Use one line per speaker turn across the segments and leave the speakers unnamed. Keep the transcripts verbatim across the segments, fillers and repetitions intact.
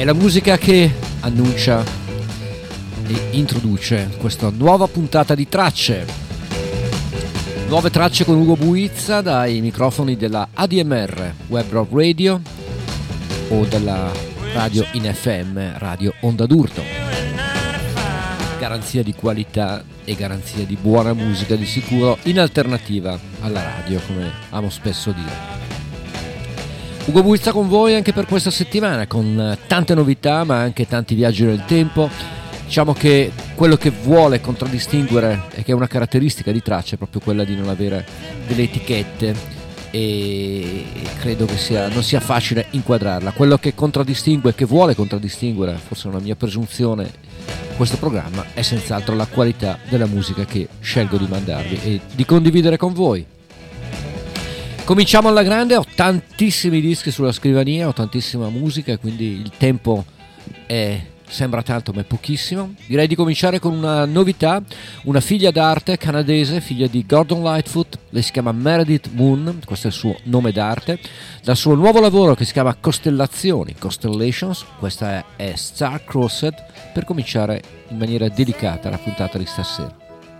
È la musica che annuncia e introduce questa nuova puntata di Tracce. Nuove tracce con Ugo Buizza dai microfoni della A D M R Web Rock Radio o della radio in F M, Radio Onda d'Urto. Garanzia di qualità e garanzia di buona musica di sicuro, in alternativa alla radio, come amo spesso dire. Ugo Buizza con voi anche per questa settimana, con tante novità ma anche tanti viaggi nel tempo. Diciamo che quello che vuole contraddistinguere e che è una caratteristica di Tracce è proprio quella di non avere delle etichette, e credo che sia, non sia facile inquadrarla. Quello che contraddistingue, che vuole contraddistinguere, forse è una mia presunzione, questo programma è senz'altro la qualità della musica che scelgo di mandarvi e di condividere con voi. Cominciamo alla grande, ho tantissimi dischi sulla scrivania, ho tantissima musica, quindi il tempo è, sembra tanto ma è pochissimo. Direi di cominciare con una novità, una figlia d'arte canadese, figlia di Gordon Lightfoot. Lei si chiama Meredith Moon, questo è il suo nome d'arte, dal suo nuovo lavoro che si chiama Costellazioni, Constellations. Questa è, è Star Crossed, per cominciare in maniera delicata la puntata di stasera.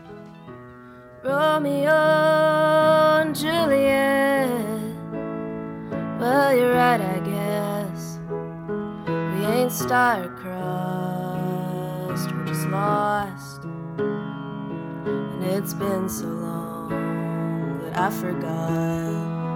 Romeo and Juliet, well you're right I guess, we ain't star-crossed, we're just lost, and it's been so long that I forgot,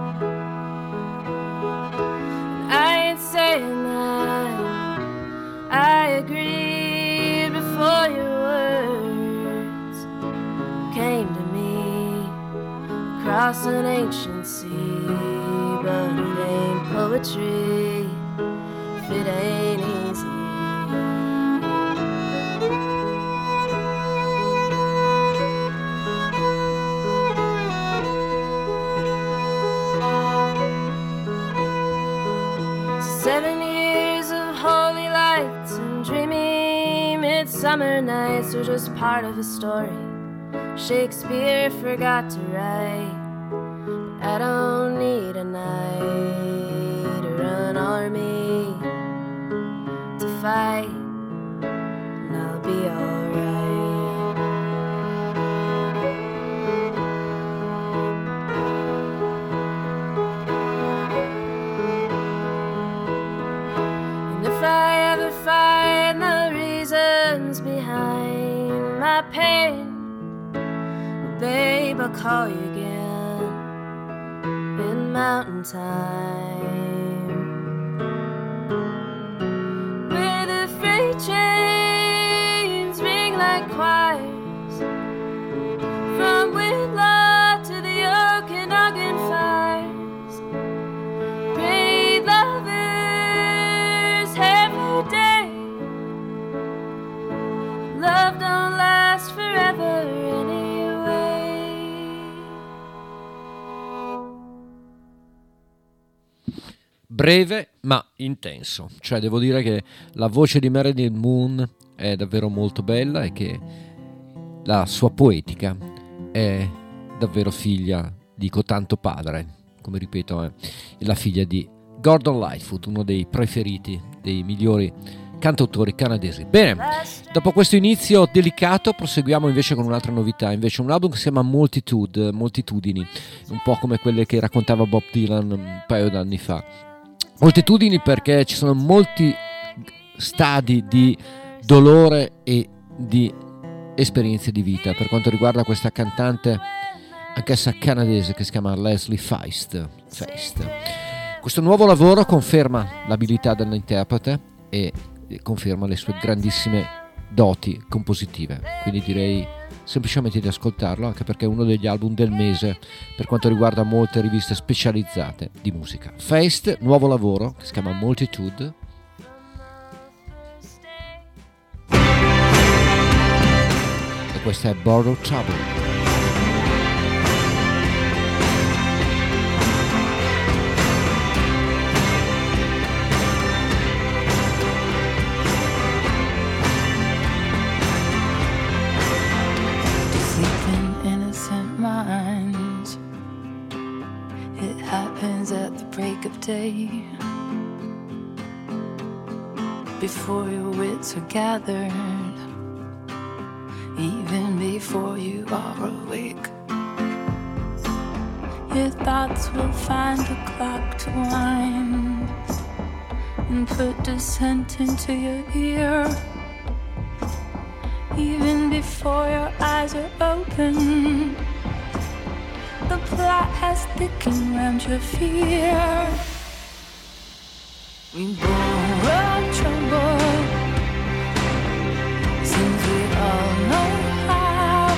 and I ain't saying that I agreed before your words came to me across an ancient sea, but it ain't poetry if it ain't easy. Seven years of holy lights and dreamy midsummer nights were just part of a story Shakespeare forgot to write. But I don't need a knight or an army to fight, and I'll be alright. And if I ever find the reasons behind my pain, babe, I'll call you again in mountain time, where the freight trains ring like choirs, from Whitlaw to the Okanagan fires. Brave lovers every day, love don't last forever anyway.
Breve ma intenso, cioè devo dire che la voce di Meredith Moon è davvero molto bella e che la sua poetica è davvero figlia di cotanto padre, come ripeto è la figlia di Gordon Lightfoot, uno dei preferiti, dei migliori cantautori canadesi. Bene, dopo questo inizio delicato proseguiamo invece con un'altra novità, invece un album che si chiama Multitude, Moltitudini, un po' come quelle che raccontava Bob Dylan un paio d'anni fa. Moltitudini perché ci sono molti stadi di dolore e di esperienze di vita per quanto riguarda questa cantante anch'essa canadese che si chiama Leslie Feist. Feist. Questo nuovo lavoro conferma l'abilità dell'interprete e conferma le sue grandissime doti compositive, quindi direi semplicemente di ascoltarlo, anche perché è uno degli album del mese per quanto riguarda molte riviste specializzate di musica. Feist, nuovo lavoro che si chiama Multitude. E questa è Borrowed Trouble.
At the break of day,
before your wits are gathered, even before you are awake. Your thoughts will find a clock to wind and put dissent into your ear, even before your eyes are open. The plot has thickened round your fear. We borrow trouble, since we all know how.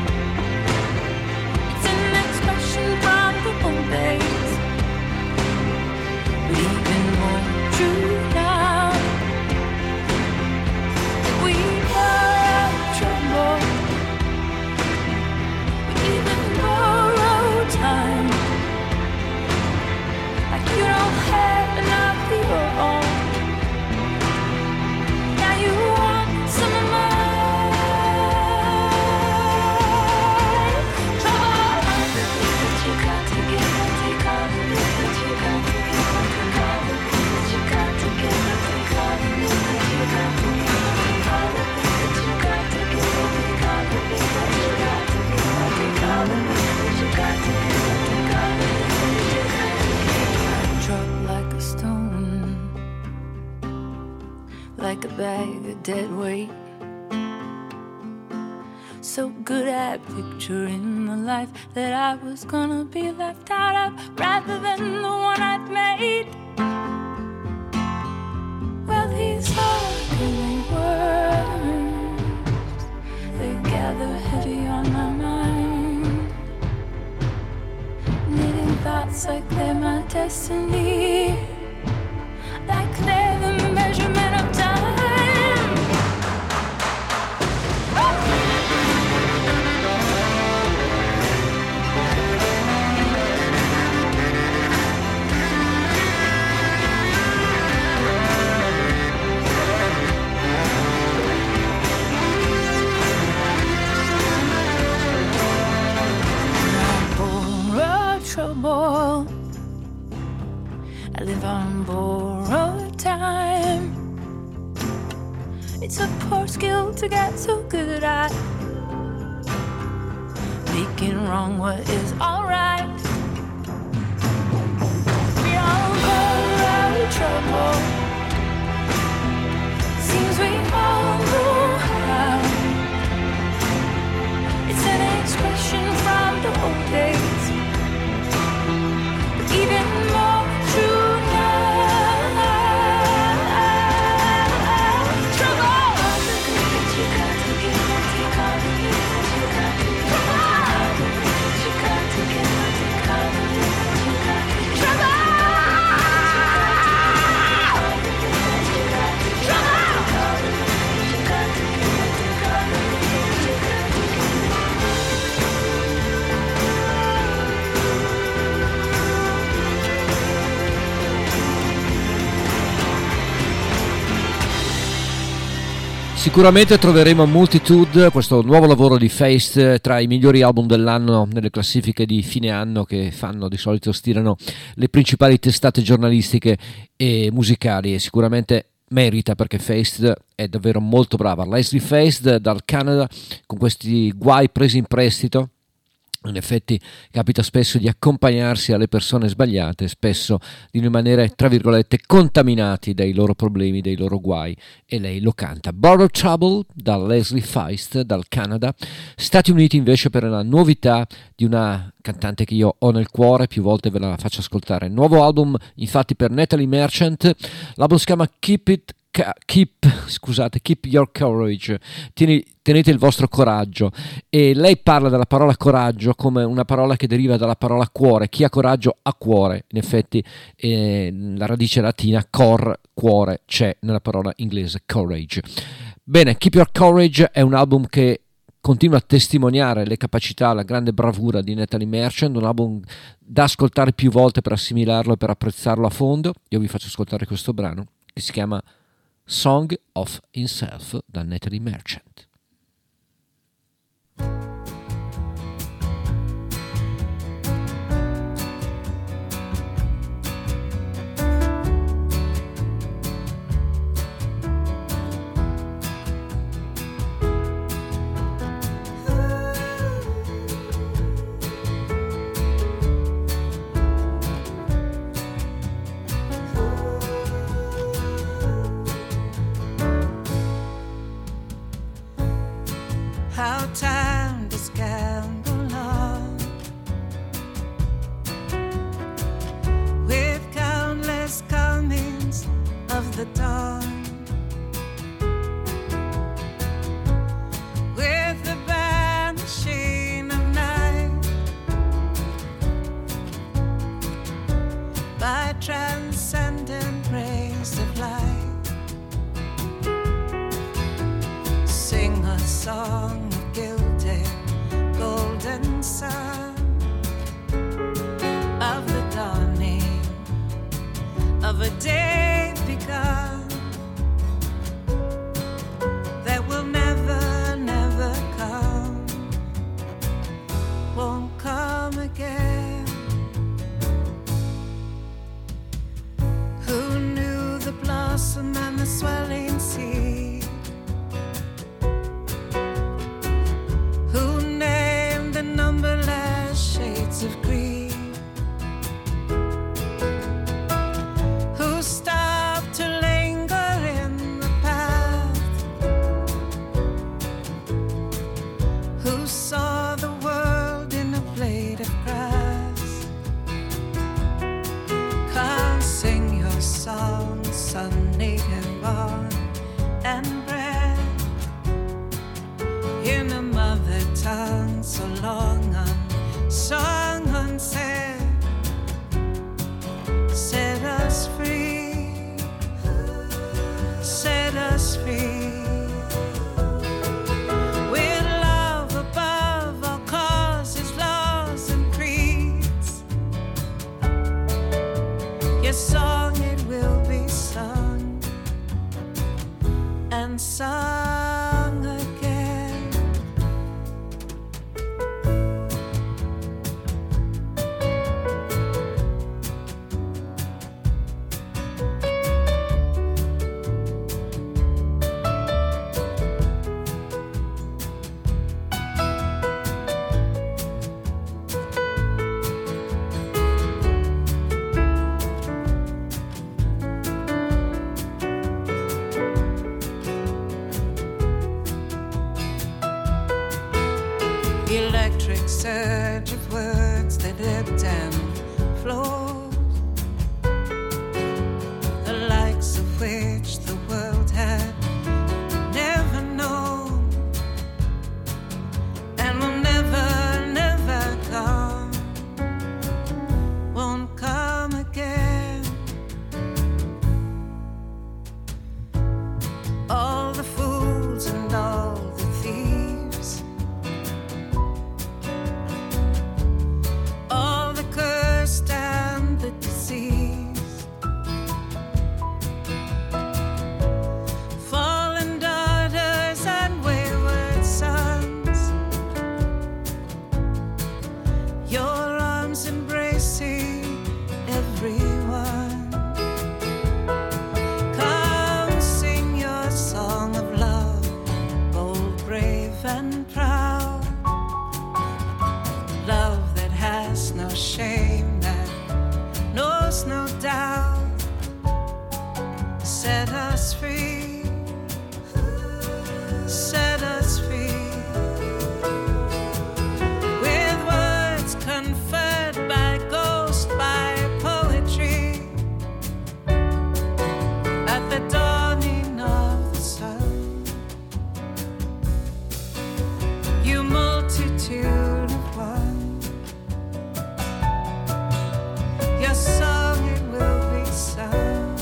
It's an expression from the old days, but even more true now. We borrow trouble, we even borrow time. Like you don't have enough of your own, now you want some of mine. You got to give and take all the things that you got to give and take all the things that you got to give and take all the things that you got to give and take all the things that you got to give and take all the things that you got to give and take all the things that you got to give and take all the things that you got to give. Drop like a stone, like a bag of dead weight. So good at picturing the life that I was gonna be left out of, rather than the one I've made. Well, these ugly words, they gather heavy on my mind, knitting thoughts like they're my destiny, like they're the measurement of time. Trouble, I live on borrowed time. It's a poor skill to get so good at making wrong what is alright. We all borrow trouble, seems we all know how. It's an expression from the old days, even more true now. Trouble, all the things that you got to give and take all the things that you got to give. All the things that you got to give and take all the things that you got to give. Trouble, all the things that you got to give. Trouble, all the things that you got to give and take all the things that you got to give.
Sicuramente troveremo Multitude, questo nuovo lavoro di Feist, tra i migliori album dell'anno nelle classifiche di fine anno che fanno, di solito stirano le principali testate giornalistiche e musicali, e sicuramente merita, perché Feist è davvero molto brava. Leslie Feist dal Canada, con questi guai presi in prestito. In effetti capita spesso di accompagnarsi alle persone sbagliate, spesso di rimanere, tra virgolette, contaminati dai loro problemi, dai loro guai, e lei lo canta. Borrowed Trouble da Leslie Feist dal Canada. Stati Uniti invece per la novità di una cantante che io ho nel cuore, più volte ve la faccio ascoltare. Nuovo album infatti per Natalie Merchant, l'album si chiama Keep It Keep, scusate, keep your courage, Tieni, tenete il vostro coraggio, e lei parla della parola coraggio come una parola che deriva dalla parola cuore. Chi ha coraggio ha cuore, in effetti eh, la radice latina cor, cuore, c'è nella parola inglese courage. Bene, Keep Your Courage è un album che continua a testimoniare le capacità, la grande bravura di Natalie Merchant, un album da ascoltare più volte per assimilarlo e per apprezzarlo a fondo. Io vi faccio ascoltare questo brano che si chiama Song of Himself da Natalie Merchant.
how time does gamble on, with countless comings of the dawn, with the banishing of night, by transcendent rays of light. Sing a song of gilded golden sun, of the dawning of a day begun that will never, never come, won't come again. Who knew the blossom and the swelling sea? Who named the numberless shades of green? Who stopped to linger in the path? Who saw the world in a blade of grass? Come sing your song, son, native born and bred in a mother tongue so long unsung, unsaid. Set us free, set us free, with love above all causes, laws and creeds. Your song it will be sung and sung again. Electric surge of words that ebbed and flowed, the likes of which the world had never known, and will never, never come, won't come again. All the fools and all the thieves, all the cursed and the diseased, fallen daughters and wayward sons, your arms embracing everyone. Come sing your song of love, bold, brave and proud, love that has no shame, that knows no doubt. Set us free, set us free, with words conferred by ghost, by poetry, at the dawning of the sun. You multitude of one, your song it will be sung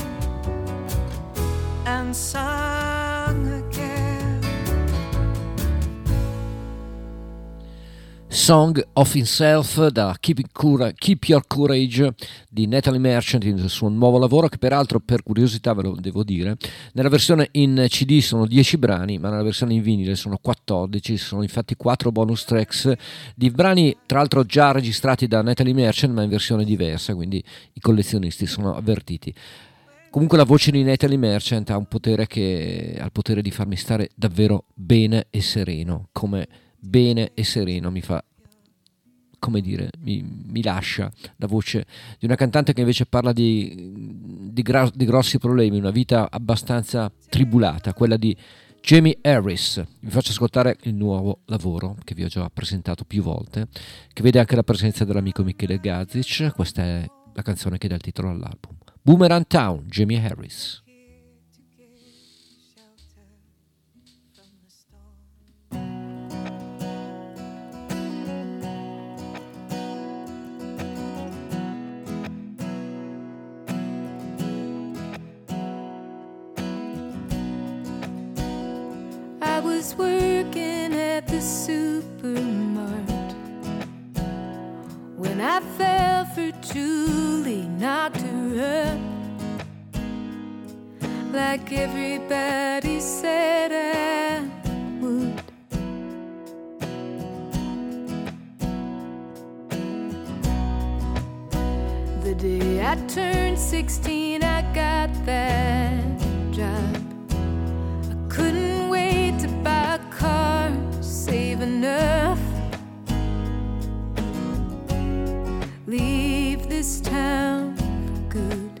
and sung again.
Song of Himself da Keep, Cura- Keep Your Courage di Natalie Merchant, il suo nuovo lavoro, che peraltro, per curiosità ve lo devo dire, nella versione in C D sono dieci brani, ma nella versione in vinile sono quattordici. Sono infatti quattro bonus tracks di brani tra l'altro già registrati da Natalie Merchant ma in versione diversa, quindi i collezionisti sono avvertiti. Comunque la voce di Natalie Merchant ha un potere che ha il potere di farmi stare davvero bene e sereno, come bene e sereno mi fa, come dire, mi, mi lascia la voce di una cantante che invece parla di, di, gra- di grossi problemi, una vita abbastanza tribulata, quella di Jamie Harris. Vi faccio ascoltare il nuovo lavoro che vi ho già presentato più volte, che vede anche la presenza dell'amico Michele Gazic. Questa è la canzone che dà il titolo all'album. Boomerang Town, Jamie Harris.
I was working at the supermart when I fell for Julie, knocked her up like everybody said I would. The day I turned sixteen, I got that job. I couldn't wait to buy a car, save enough, leave this town for good.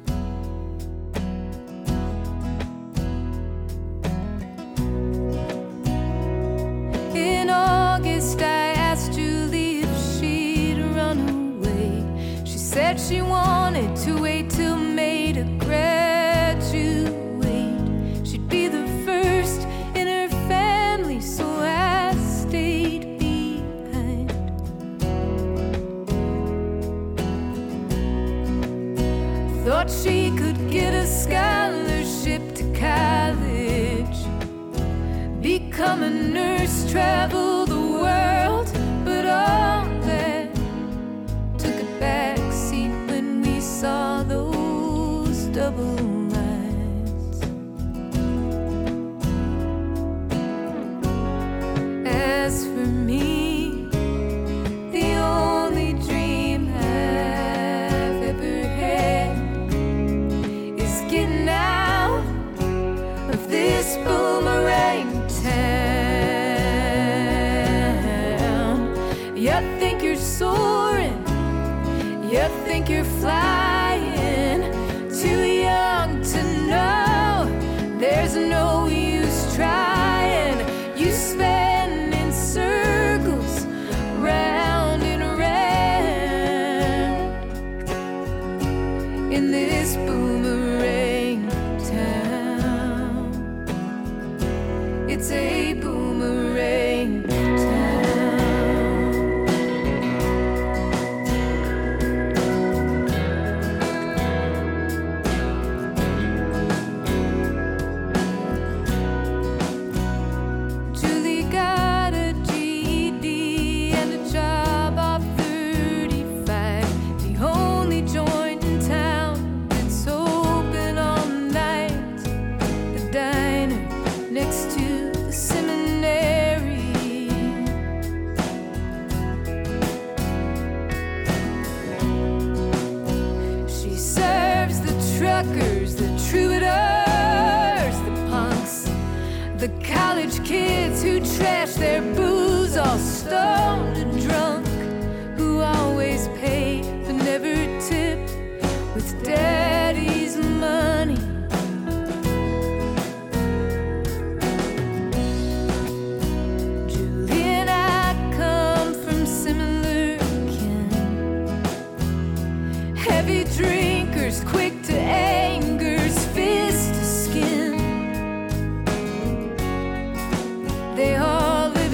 In August I asked Julie if she'd run away. She said she wanted to wait till May to graduate. She'd be the first in her family, so I stayed behind. Thought she could get a scholarship to college, become a nurse, travel the world, but all that took a back seat when we saw those double lines. As for me, the only dream I've ever had is getting out of this boomerang town. You think you're soaring, you think you're flying, too young to know there's no use trying. You spin in circles, round and round in this boomerang town. It's a boomerang town. Julie got a G E D and a job off thirty-five, the only joint in town that's open all night, the diner next to the seminary. She serves the truckers, the troubadours, the punks, the college kids who trash their booze, all stoned and drunk, who always pay but never tip with daddy's money. Julie and I come from similar kin, heavy drinkers, quick to anger's fist to skin. They all live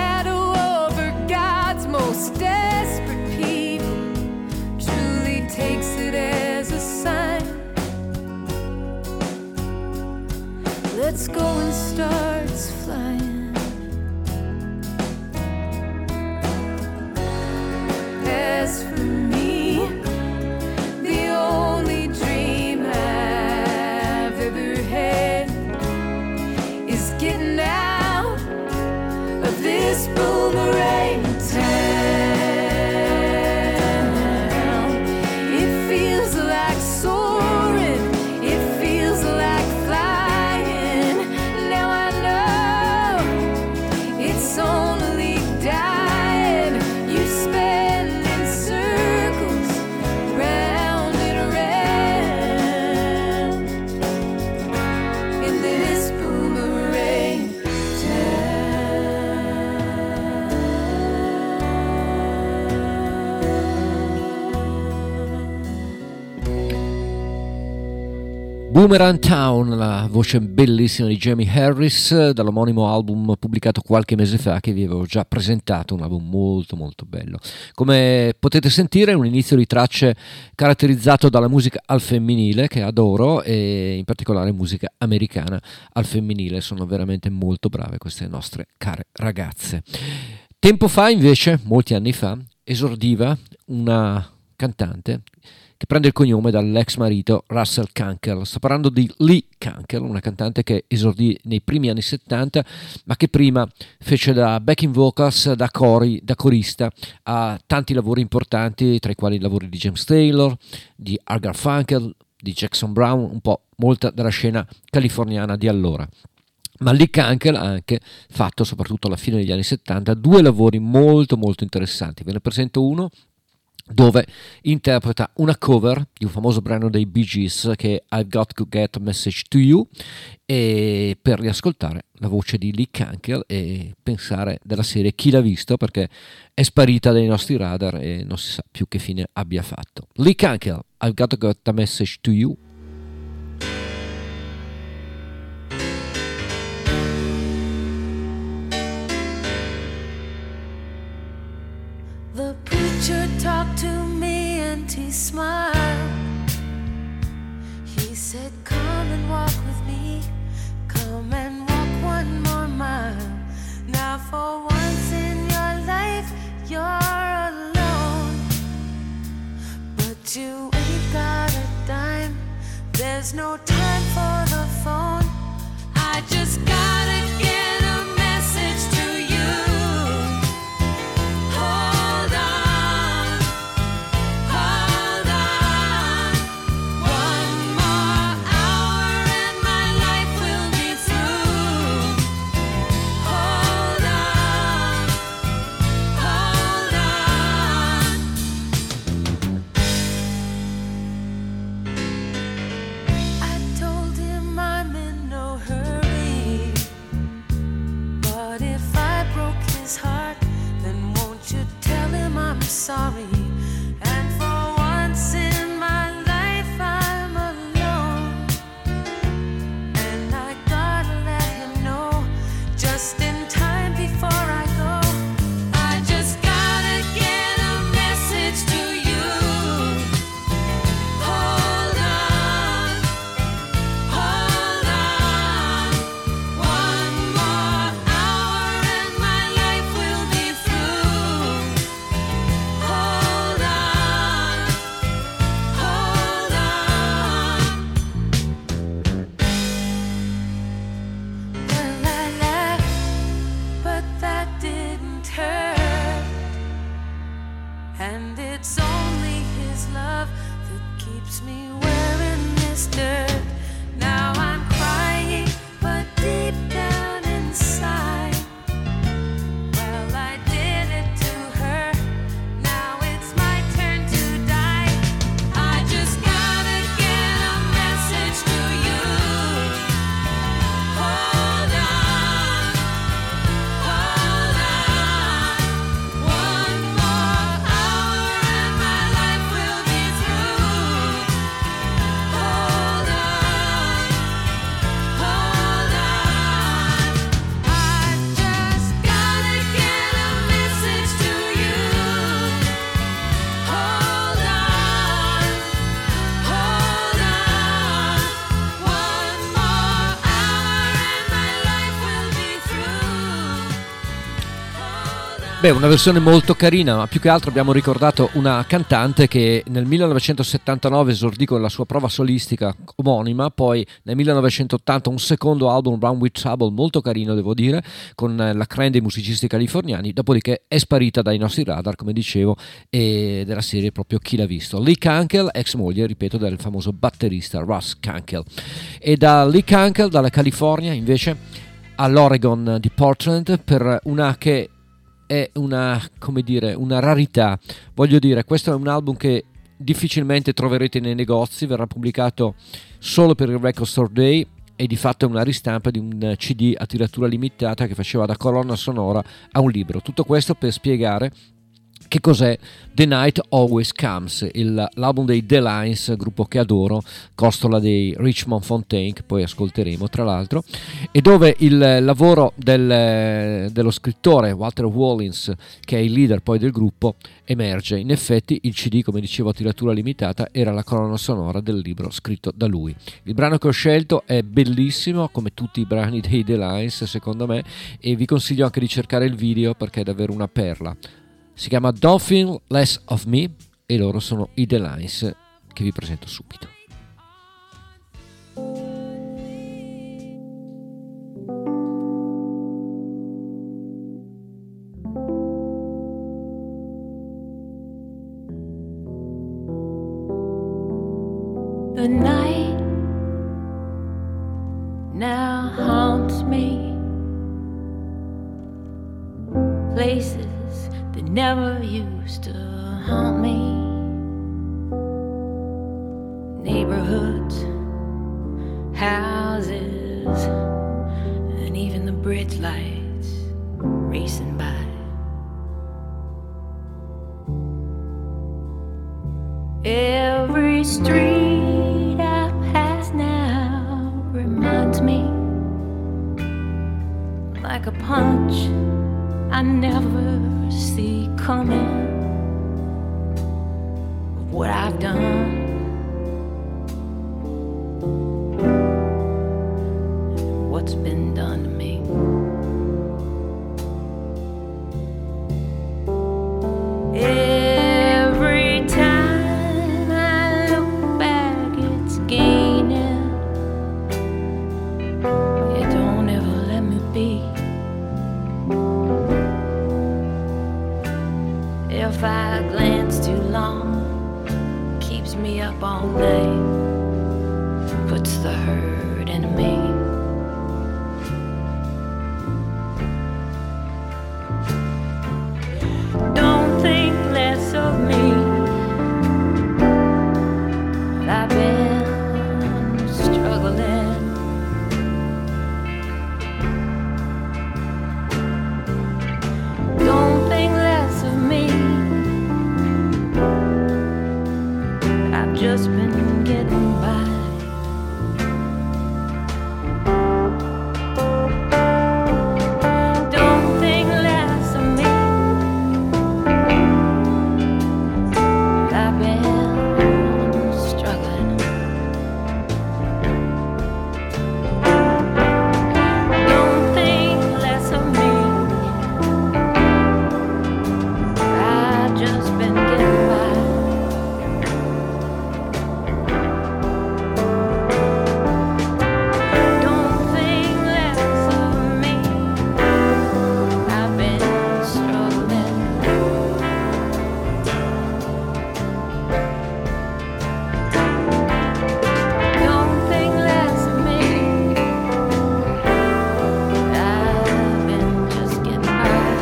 shadow over God's most desperate people truly takes it as a sign. Let's go and starts flying. As for me, the only dream I've ever had is getting out of this boomerang town. It feels like soaring, it feels like flying. Now I know it's only dying. You spend in circles, round and around, in this boomerang
Boomerang Town, la voce bellissima di Jamie Harris dall'omonimo album pubblicato qualche mese fa che vi avevo già presentato, un album molto molto bello. Come potete sentire è un inizio di tracce caratterizzato dalla musica al femminile che adoro, e in particolare musica americana al femminile. Sono veramente molto brave queste nostre care ragazze. Tempo fa invece, molti anni fa, esordiva una cantante che prende il cognome dall'ex marito Russell Kunkel. Sto parlando di Lee Kunkel, una cantante che esordì nei primi anni settanta, ma che prima fece da backing vocals, da cori, da corista a tanti lavori importanti, tra i quali i lavori di James Taylor, di Art Garfunkel, di Jackson Browne, un po' molta della scena californiana di allora. Ma Lee Kunkel ha anche fatto, soprattutto alla fine degli anni settanta, due lavori molto molto interessanti. Ve ne presento uno dove interpreta una cover di un famoso brano dei Bee Gees che è I've Got to Get a Message to You, e per riascoltare la voce di Lee Kunkel e pensare della serie chi l'ha visto, perché è sparita dai nostri radar e non si sa più che fine abbia fatto. Lee Kunkel, I've Got to Get a Message to You.
The preacher talked to me and he smiled. He said, come and walk with me, come and walk one more mile. Now for once in your life you're alone, but you ain't got a dime, there's no time for the phone. I just gotta get a message to you. Sorry, and for once in my life I'm alone, and I gotta let him know just in time before I go. I just gotta get a message to you. Hold on, hold on, one more hour and my life will be through. Oh
Beh, una versione molto carina, ma più che altro abbiamo ricordato una cantante che nel millenovecentosettantanove esordì con la sua prova solistica omonima, poi nel millenovecentottanta un secondo album, Run With Trouble, molto carino devo dire, con la crème dei musicisti californiani, dopodiché è sparita dai nostri radar, come dicevo, e della serie proprio Chi l'ha visto. Lee Kunkel, ex moglie, ripeto, del famoso batterista Russ Kunkel. E da Lee Kunkel, dalla California, invece, all'Oregon di Portland, per una che è una, come dire, una rarità. Voglio dire, questo è un album che difficilmente troverete nei negozi, verrà pubblicato solo per il Record Store Day e di fatto è una ristampa di un C D a tiratura limitata che faceva da colonna sonora a un libro. Tutto questo per spiegare che cos'è The Night Always Comes, il, l'album dei The Lines, gruppo che adoro, costola dei Richmond Fontaine, che poi ascolteremo tra l'altro, e dove il lavoro del, dello scrittore Walter Wallins, che è il leader poi del gruppo, emerge. In effetti il C D, come dicevo a tiratura limitata, era la colonna sonora del libro scritto da lui. Il brano che ho scelto è bellissimo, come tutti i brani dei The Lines secondo me, e vi consiglio anche di cercare il video perché è davvero una perla. Si chiama Don't Think Less of Me e loro sono i The Lines, che vi presento subito.
The night now haunts me, places that never used to haunt me, neighborhoods, houses, and even the bridge lights racing by. Every street I pass now reminds me, like a punch I never see coming, of what I've done, what's been done to me. Every time I look back, it's gaining. Yeah, don't ever let me be. If I glance too long, keeps me up all night, puts the hurt in me. Don't think less of me, but I've been struggling. Don't think less of me, I've just been getting by. Don't think less of me, I've been struggling. Don't think less of me, I've just been getting by. Don't think less of me, I've been struggling. Don't think less of me, I've been just getting by.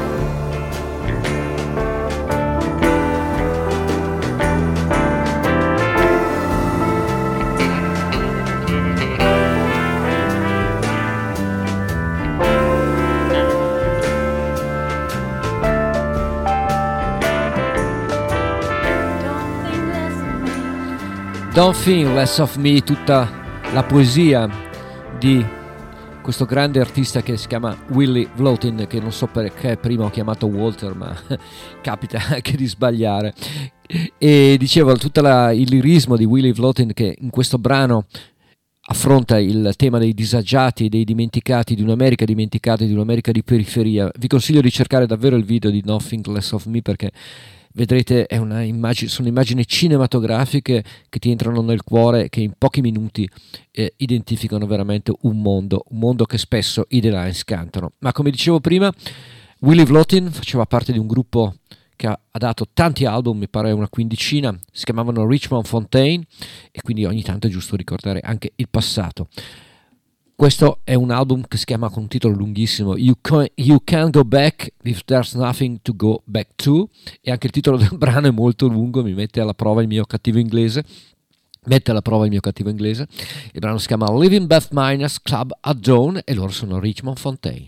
Don't think less of me.
Don't Think Less of Me, tutta la poesia di questo grande artista che si chiama Willie Vlotin, che non so perché prima ho chiamato Walter, ma capita anche di sbagliare. E dicevo, tutto il lirismo di Willie Vlotin, che in questo brano affronta il tema dei disagiati e dei dimenticati, di un'America dimenticata, di un'America di periferia. Vi consiglio di cercare davvero il video di Nothing Less of Me, perché vedrete è una immagine, sono immagini cinematografiche che ti entrano nel cuore, che in pochi minuti eh, identificano veramente un mondo, un mondo che spesso i The Lines cantano. Ma come dicevo prima, Willie Vlotin faceva parte di un gruppo che ha, ha dato tanti album, mi pare una quindicina, si chiamavano Richmond Fontaine, e quindi ogni tanto è giusto ricordare anche il passato. Questo è un album che si chiama con un titolo lunghissimo, You, Can, you Can't Go Back If There's Nothing to Go Back To, e anche il titolo del brano è molto lungo, mi mette alla prova il mio cattivo inglese. Mette alla prova il mio cattivo inglese. Il brano si chiama Living Beth Miners Club at Dawn e loro sono Richmond Fontaine.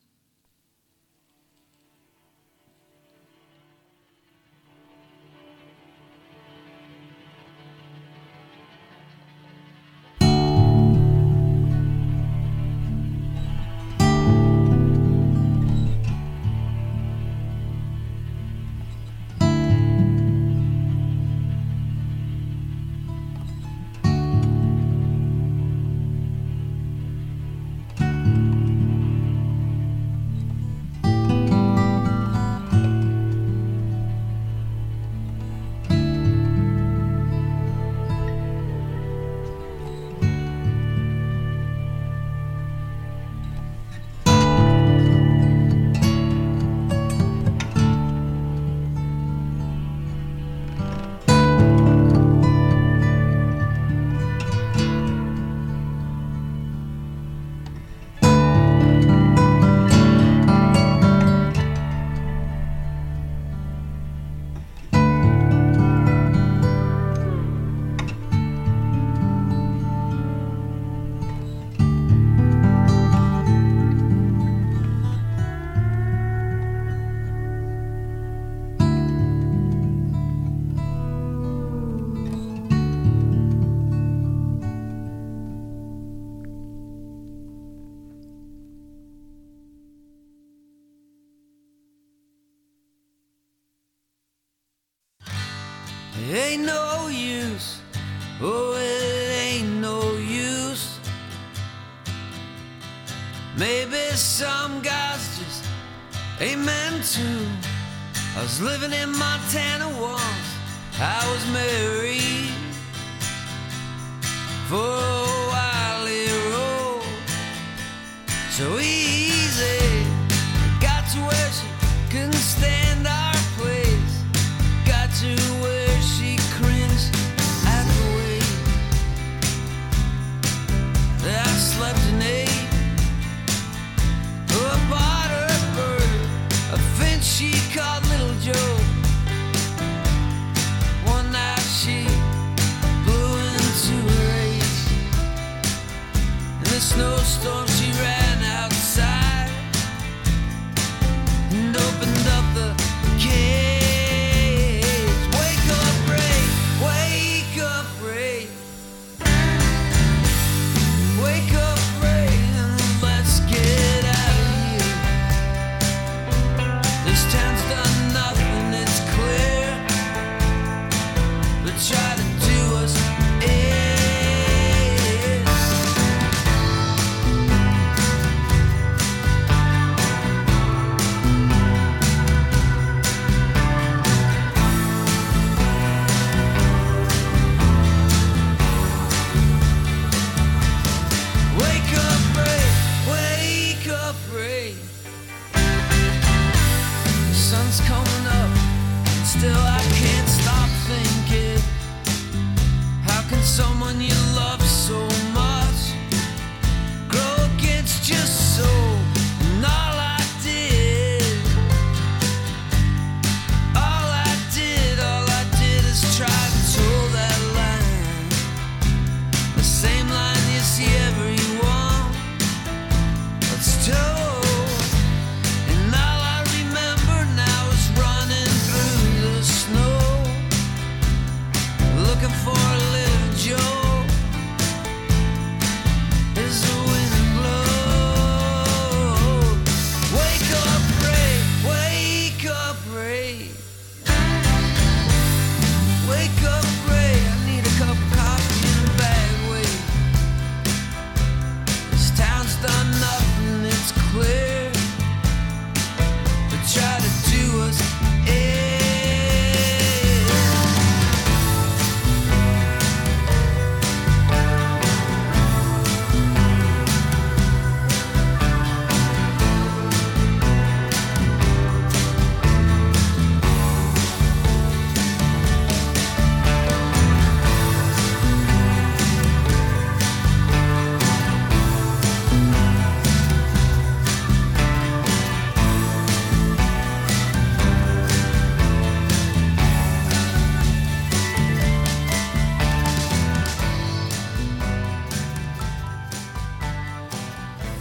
It ain't no use, oh it ain't no use. Maybe some guys just ain't meant to. I was living in Montana once, I was married. For a while it rolled so easy. Got to where she couldn't stand our place. Got to where she cringed at the way that I slept and ate. Oh, I bought her a bird, a finch she called Little Joe. One night she blew into a rage. In the snowstorm she ran outside.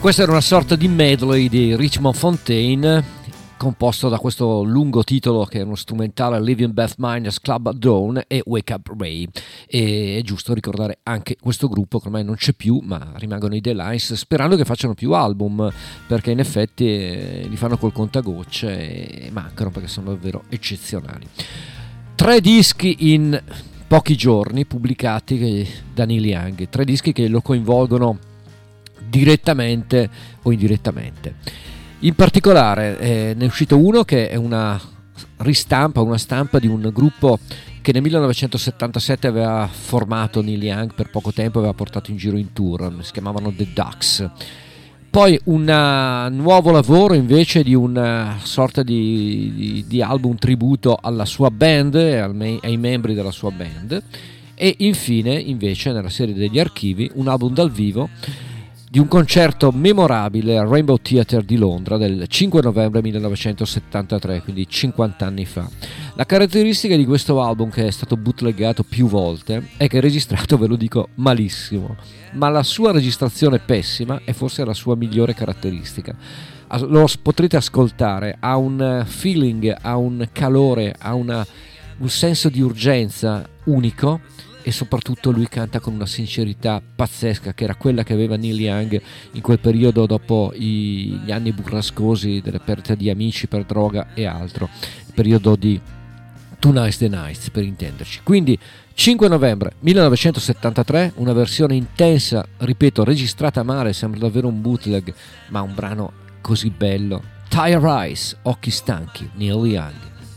Questa era una sorta di medley di Richmond Fontaine, composto da questo lungo titolo che è uno strumentale, Living Beth Miners Club at Dawn e Wake Up Ray. E è giusto ricordare anche questo gruppo che ormai non c'è più, ma rimangono i The Lines, sperando che facciano più album, perché in effetti eh, li fanno col contagocce e mancano perché sono davvero eccezionali. Tre dischi in pochi giorni pubblicati da Neil Young, tre dischi che lo coinvolgono direttamente o indirettamente. In particolare eh, ne è uscito uno che è una ristampa, una stampa di un gruppo che nel millenovecentosettantasette aveva formato Neil Young per poco tempo, aveva portato in giro in tour, si chiamavano The Ducks. Poi un nuovo lavoro invece di una sorta di, di, di album tributo alla sua band e ai membri della sua band, e infine invece nella serie degli archivi un album dal vivo di un concerto memorabile al Rainbow Theatre di Londra del cinque novembre millenovecentosettantatré, quindi cinquanta anni fa. La caratteristica di questo album, che è stato bootleggato più volte, è che è registrato, ve lo dico, malissimo, ma la sua registrazione pessima è forse la sua migliore caratteristica. Lo potrete ascoltare, ha un feeling, ha un calore, ha una, un senso di urgenza unico, e soprattutto lui canta con una sincerità pazzesca, che era quella che aveva Neil Young in quel periodo dopo i, gli anni burrascosi delle perdite di amici per droga e altro, il periodo di Two Nights the Nights per intenderci. Quindi cinque novembre millenovecentosettantatré, una versione intensa, ripeto, registrata male, sembra davvero un bootleg, ma un brano così bello. Tired Eyes, occhi stanchi, Neil Young.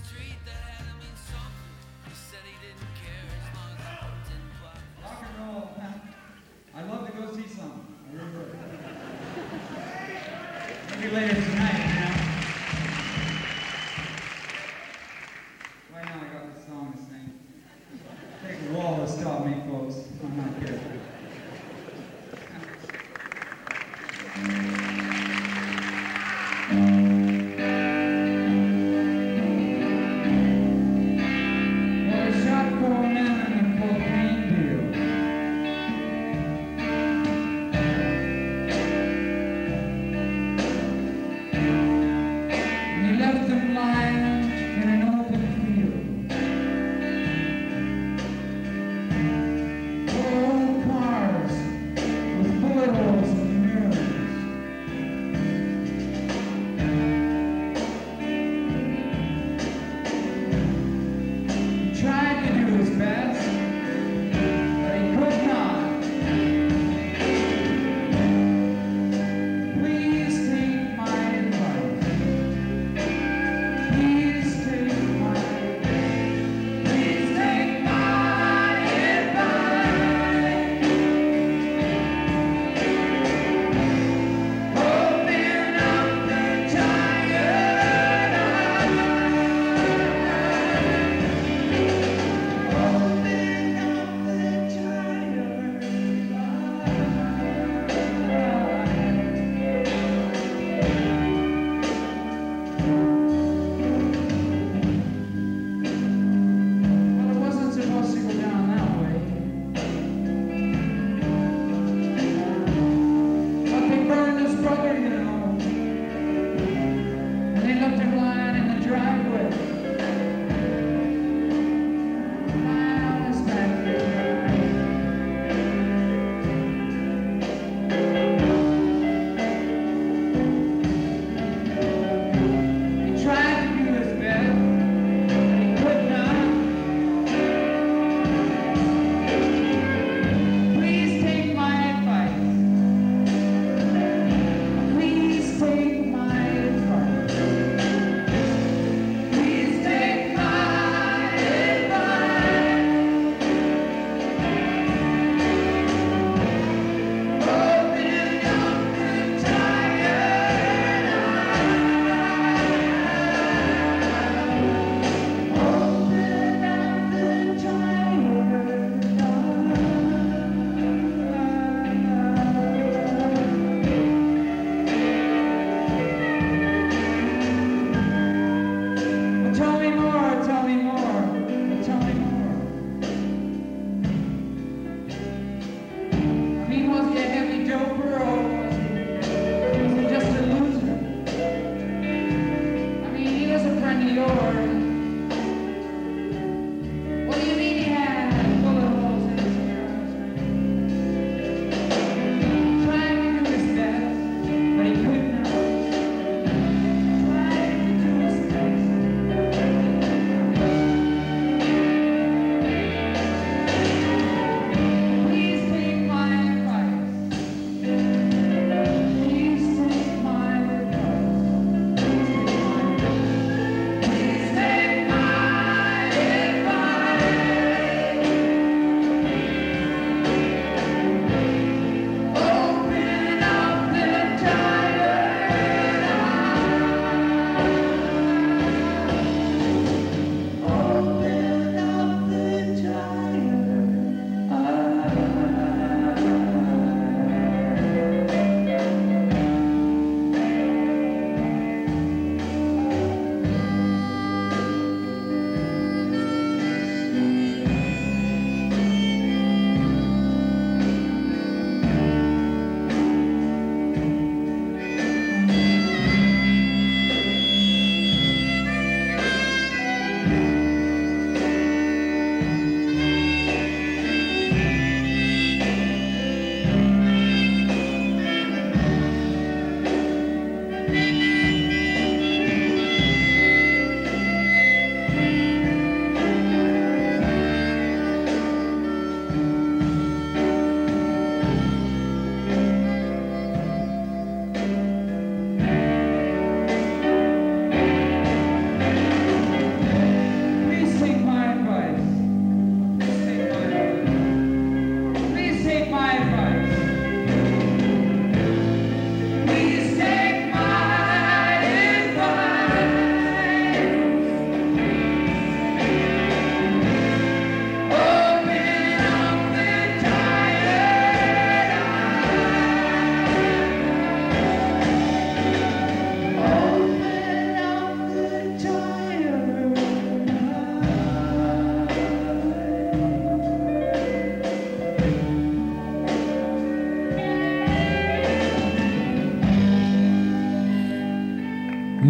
Later tonight, you know. Right now I got this song to sing. Take a wall to stop me, folks. I'm not kidding.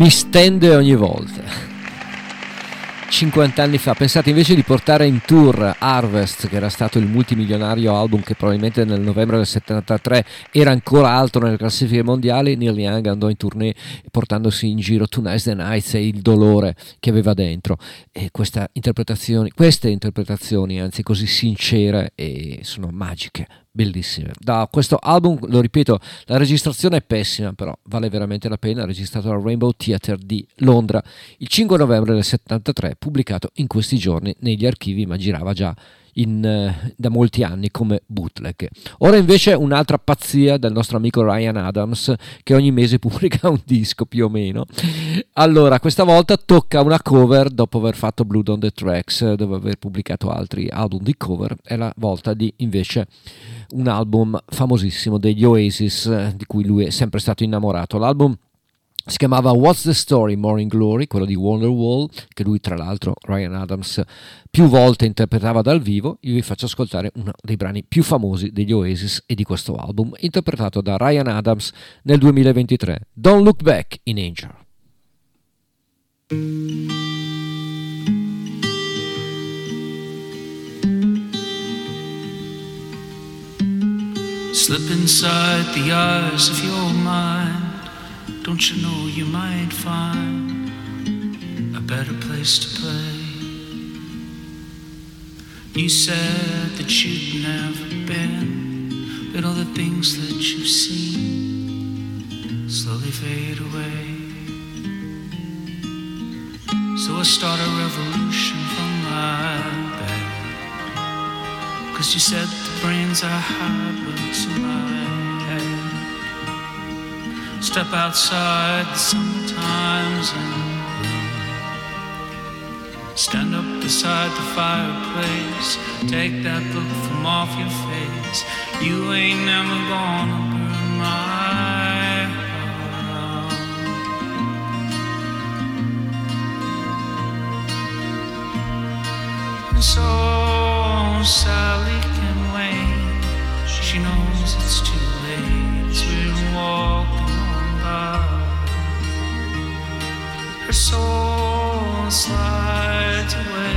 mi stende ogni volta. cinquanta anni fa, pensate, invece di portare in tour Harvest, che era stato il multimilionario album che probabilmente nel novembre del settantatré era ancora alto nelle classifiche mondiali, Neil Young andò in tournée portandosi in giro Tonight's the Night e il dolore che aveva dentro. E questa interpretazione, queste interpretazioni, anzi così sincere, e sono magiche, bellissime. Da questo album, lo ripeto, la registrazione è pessima, però vale veramente la pena, registrato al Rainbow Theatre di Londra il cinque novembre del settantatré, pubblicato in questi giorni negli archivi, ma girava già in, eh, da molti anni come bootleg. Ora invece un'altra pazzia del nostro amico Ryan Adams, che ogni mese pubblica un disco più o meno. Allora, questa volta tocca una cover, dopo aver fatto Blood on the Tracks, dopo aver pubblicato altri album di cover, è la volta di invece un album famosissimo degli Oasis, di cui lui è sempre stato innamorato. L'album si chiamava What's the Story, Morning Glory, quello di Wonderwall, che lui tra l'altro, Ryan Adams, più volte interpretava dal vivo. Io vi faccio ascoltare uno dei brani più famosi degli Oasis e di questo album, interpretato da Ryan Adams nel duemilaventitré, Don't Look Back in Anger.
Slip inside the eyes of your mind. Don't you know you might find a better place to play? You said that you'd never been, but all the things that you've seen slowly fade away. So I start a revolution from my bed, 'cause you said the brains I had were to my head. Step outside the summertimes and bloom. Stand up beside the fireplace. Take that look from off your face. You ain't never gonna burn my heart out. And so Sally can wait. She knows it's too late as we're walking on by. Her soul slides away.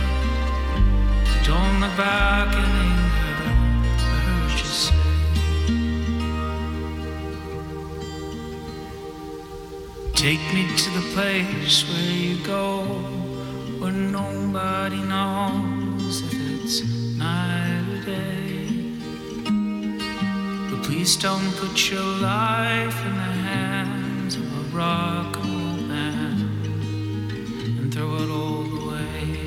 Don't look back in anger, I heard you say. Take me to the place where you go, where nobody knows if it's night or day. But please don't put your life in the hands of a rock and roll band and throw it all away.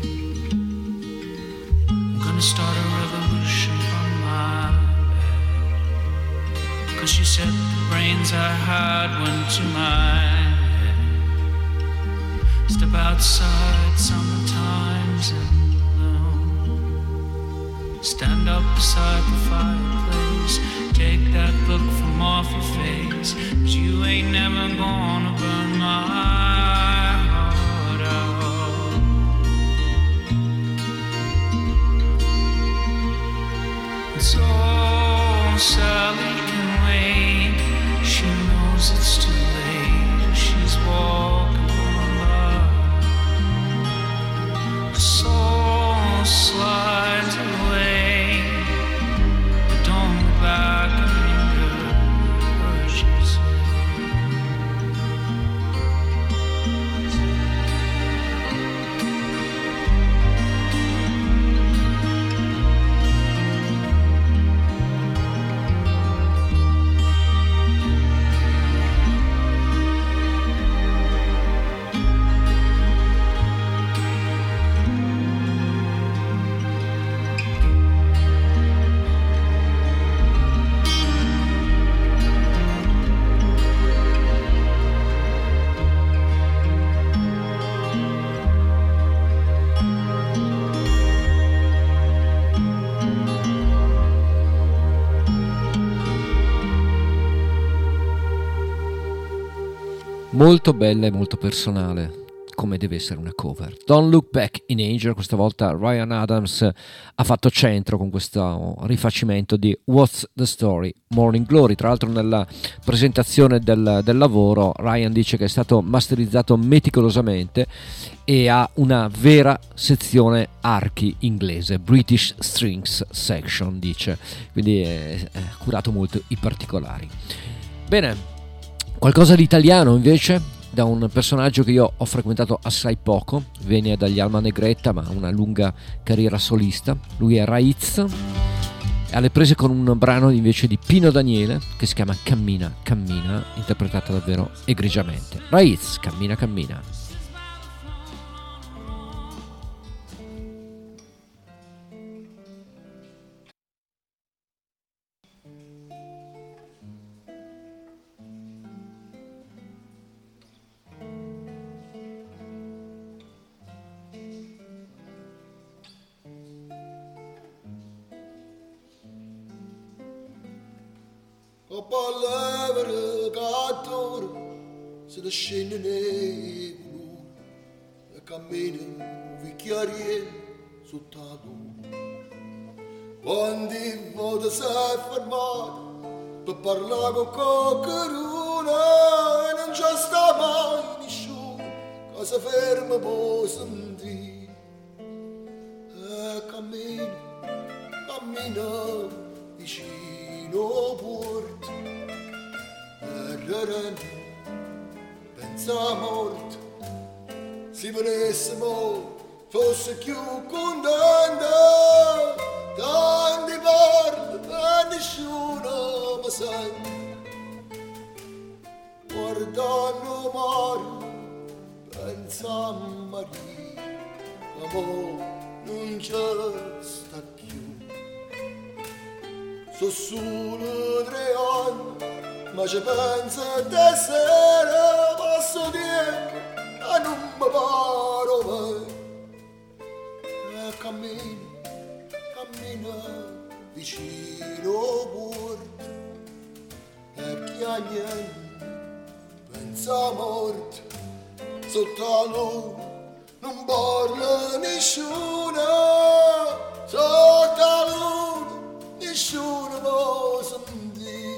I'm gonna start a revolution from my bed, 'cause you said the brains I had went to my head. Step outside summertimes and alone. Stand up beside the fireplace. Take that look from off your face, 'cause you ain't never gonna burn my heart out. And so Sally can wait. She knows it's too late. She's walking on by. Her soul slides away, but don't look back in anger, heard you say.
Molto bella e molto personale come deve essere una cover. Don't Look Back in Anger, questa volta Ryan Adams ha fatto centro con questo rifacimento di What's the Story, Morning Glory. Tra l'altro nella presentazione del, del lavoro Ryan dice che è stato masterizzato meticolosamente e ha una vera sezione archi inglese, British Strings Section dice, quindi è, è curato molto i particolari. Bene, qualcosa di italiano invece da un personaggio che io ho frequentato assai poco, viene dagli Alma Negretta ma ha una lunga carriera solista. Lui è Raiz, alle prese con un brano invece di Pino Daniele che si chiama Cammina Cammina, interpretata davvero egregiamente. Raiz, Cammina Cammina.
O palavra gator se da scende nei colori e cammina vicchiariel sotto la luna. Quando vado sei fermato per parlare con qualcuno e non c'è sta mai nessuno che si ferma per sentire. E cammina, cammina vicino porto e l'erano pensa a morte. Se venissimo fosse più contento, tanti parli e nessuno mi sente. Guardando mare pensa a Maria, l'amore non c'è sta più. So solo tre anni, ma ci penso di sera, passo dietro e non mi paro mai. E cammino, cammino vicino porto, e chiagnando pensa a morte. Sotto la luna non parla nessuno, sotto la luna nessuno può sentire.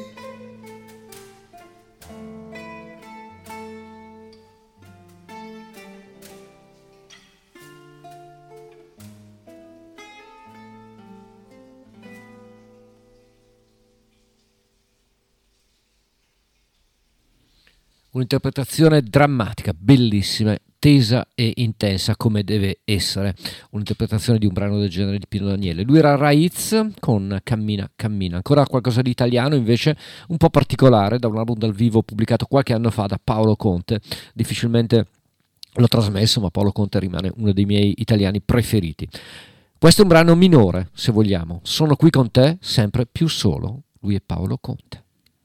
Un'interpretazione drammatica, bellissima, tesa e intensa come deve essere un'interpretazione di un brano del genere di Pino Daniele. Lui era Raiz con Cammina Cammina. Ancora qualcosa di italiano invece un po' particolare, da un album dal vivo pubblicato qualche anno fa da Paolo Conte. Difficilmente l'ho trasmesso, ma Paolo Conte rimane uno dei miei italiani preferiti. Questo è un brano minore, se vogliamo. Sono qui con te, sempre più solo. Lui è Paolo Conte.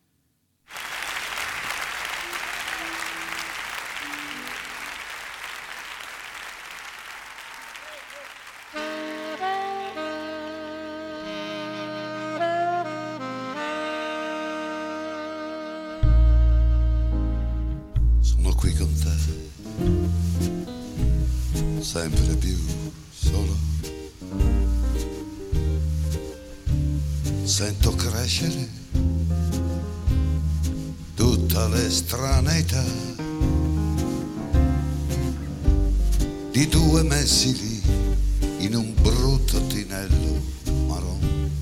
Sono qui con te, sempre più solo. Sento crescere tutta l'estraneità di due messi lì in un brutto tinello marron.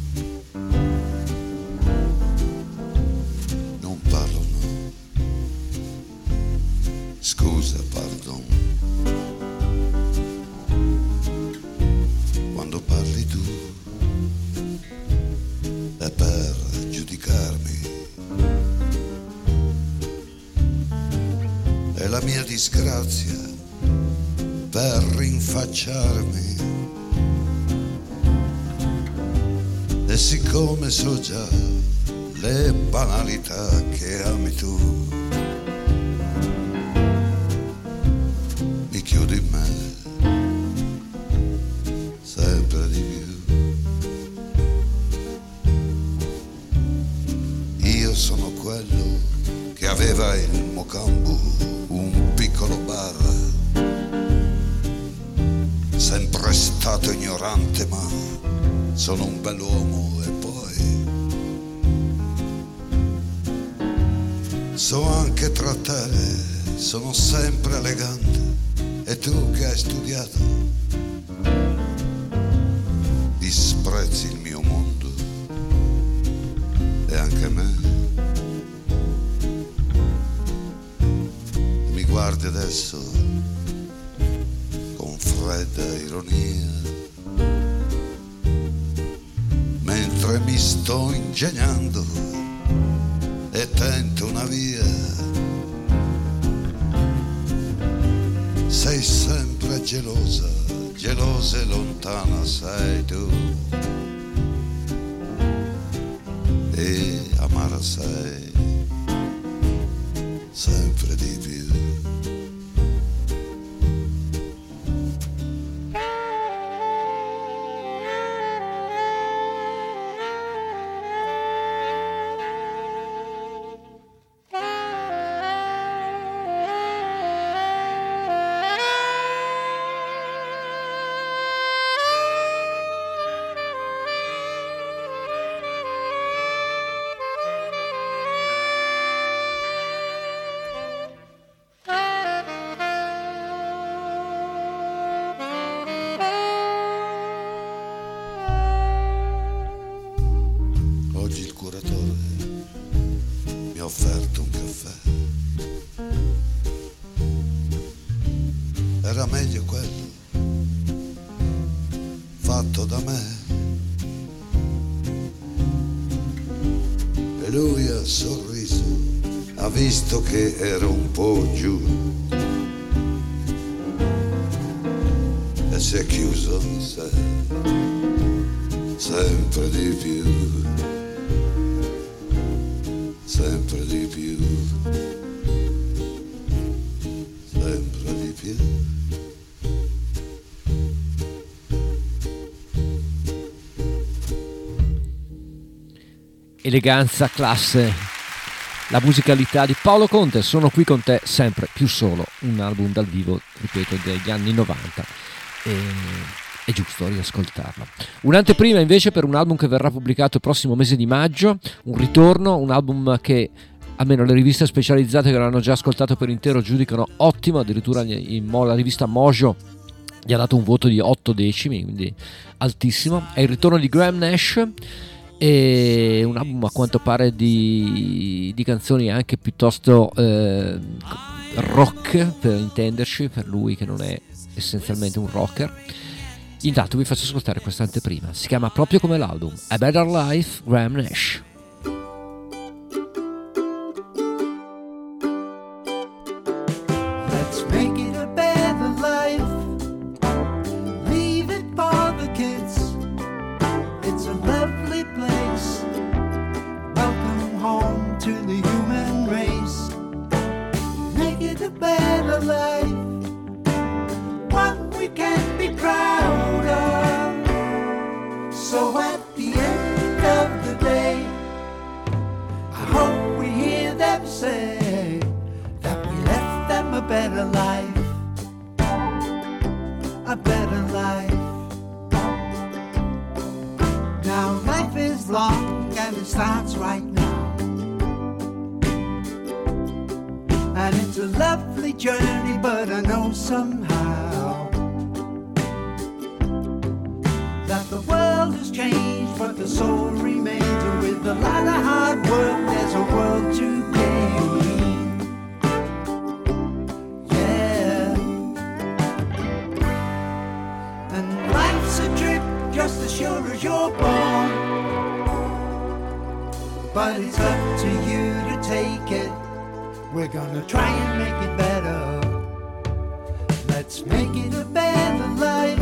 Non parlano. Scusa, pardon. Quando parli tu è per giudicarmi. È la mia disgrazia per rinfacciarmi. E siccome so già le banalità che ami tu, mi chiudi in me sempre di più. Io sono quello che aveva il Mocambo, un piccolo bar sempre stato ignorante, ma sono un bell'uomo e poi so anche trattare, sono sempre elegante. E tu che hai studiato disprezzi il mio mondo e anche me. Mi guardi adesso con fredda ironia, mentre mi sto ingegnando e tento una via. Sei sempre gelosa, gelosa e lontana sei tu, e amara sei sempre di più. Oggi il curatore mi ha offerto un caffè. Era meglio quello fatto da me. E lui ha sorriso, ha visto che ero un po' giù e si è chiuso in sé sempre di più. Sempre di più, sempre di più.
Eleganza, classe, la musicalità di Paolo Conte. Sono qui con te sempre più solo, un album dal vivo, ripeto, degli anni novanta. E... è giusto riascoltarlo. Un'anteprima invece per un album che verrà pubblicato il prossimo mese di maggio, un ritorno, un album che almeno le riviste specializzate che l'hanno già ascoltato per intero giudicano ottimo, addirittura in Mo, la rivista Mojo gli ha dato un voto di otto decimi, quindi altissimo. È il ritorno di Graham Nash, e un album a quanto pare di, di canzoni anche piuttosto eh, rock, per intenderci, per lui che non è essenzialmente un rocker. Intanto vi faccio ascoltare questa anteprima, si chiama proprio come l'album, A Better Life, Graham Nash.
Let's make it a better life, leave it for the kids, it's a lovely place, welcome home to the human race. Make it a better life, one we can be proud of. So at the end of the day, I hope we hear them say that we left them a better life, a better life. Now life is long and it starts right now, and it's a lovely journey, but I know somehow that the world has changed, but the soul remains. And with a lot of hard work, there's a world to gain. Yeah. And life's a trip just as sure as you're born, but it's up to you to take it. We're gonna try and make it better. Let's make it a better life,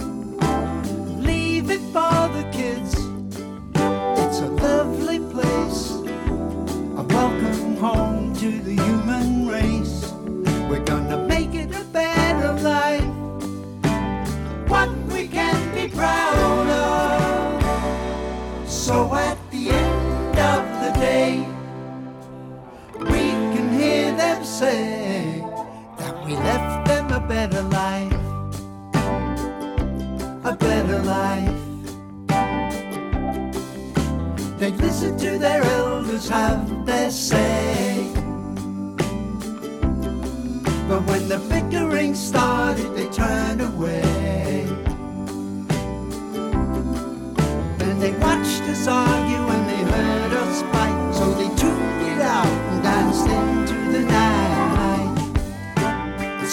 leave it for the kids, it's a lovely place, a welcome home to the human race. We're gonna make it a better life, one we can be proud of. So at the end of the day, we can hear them say that we left them a better life,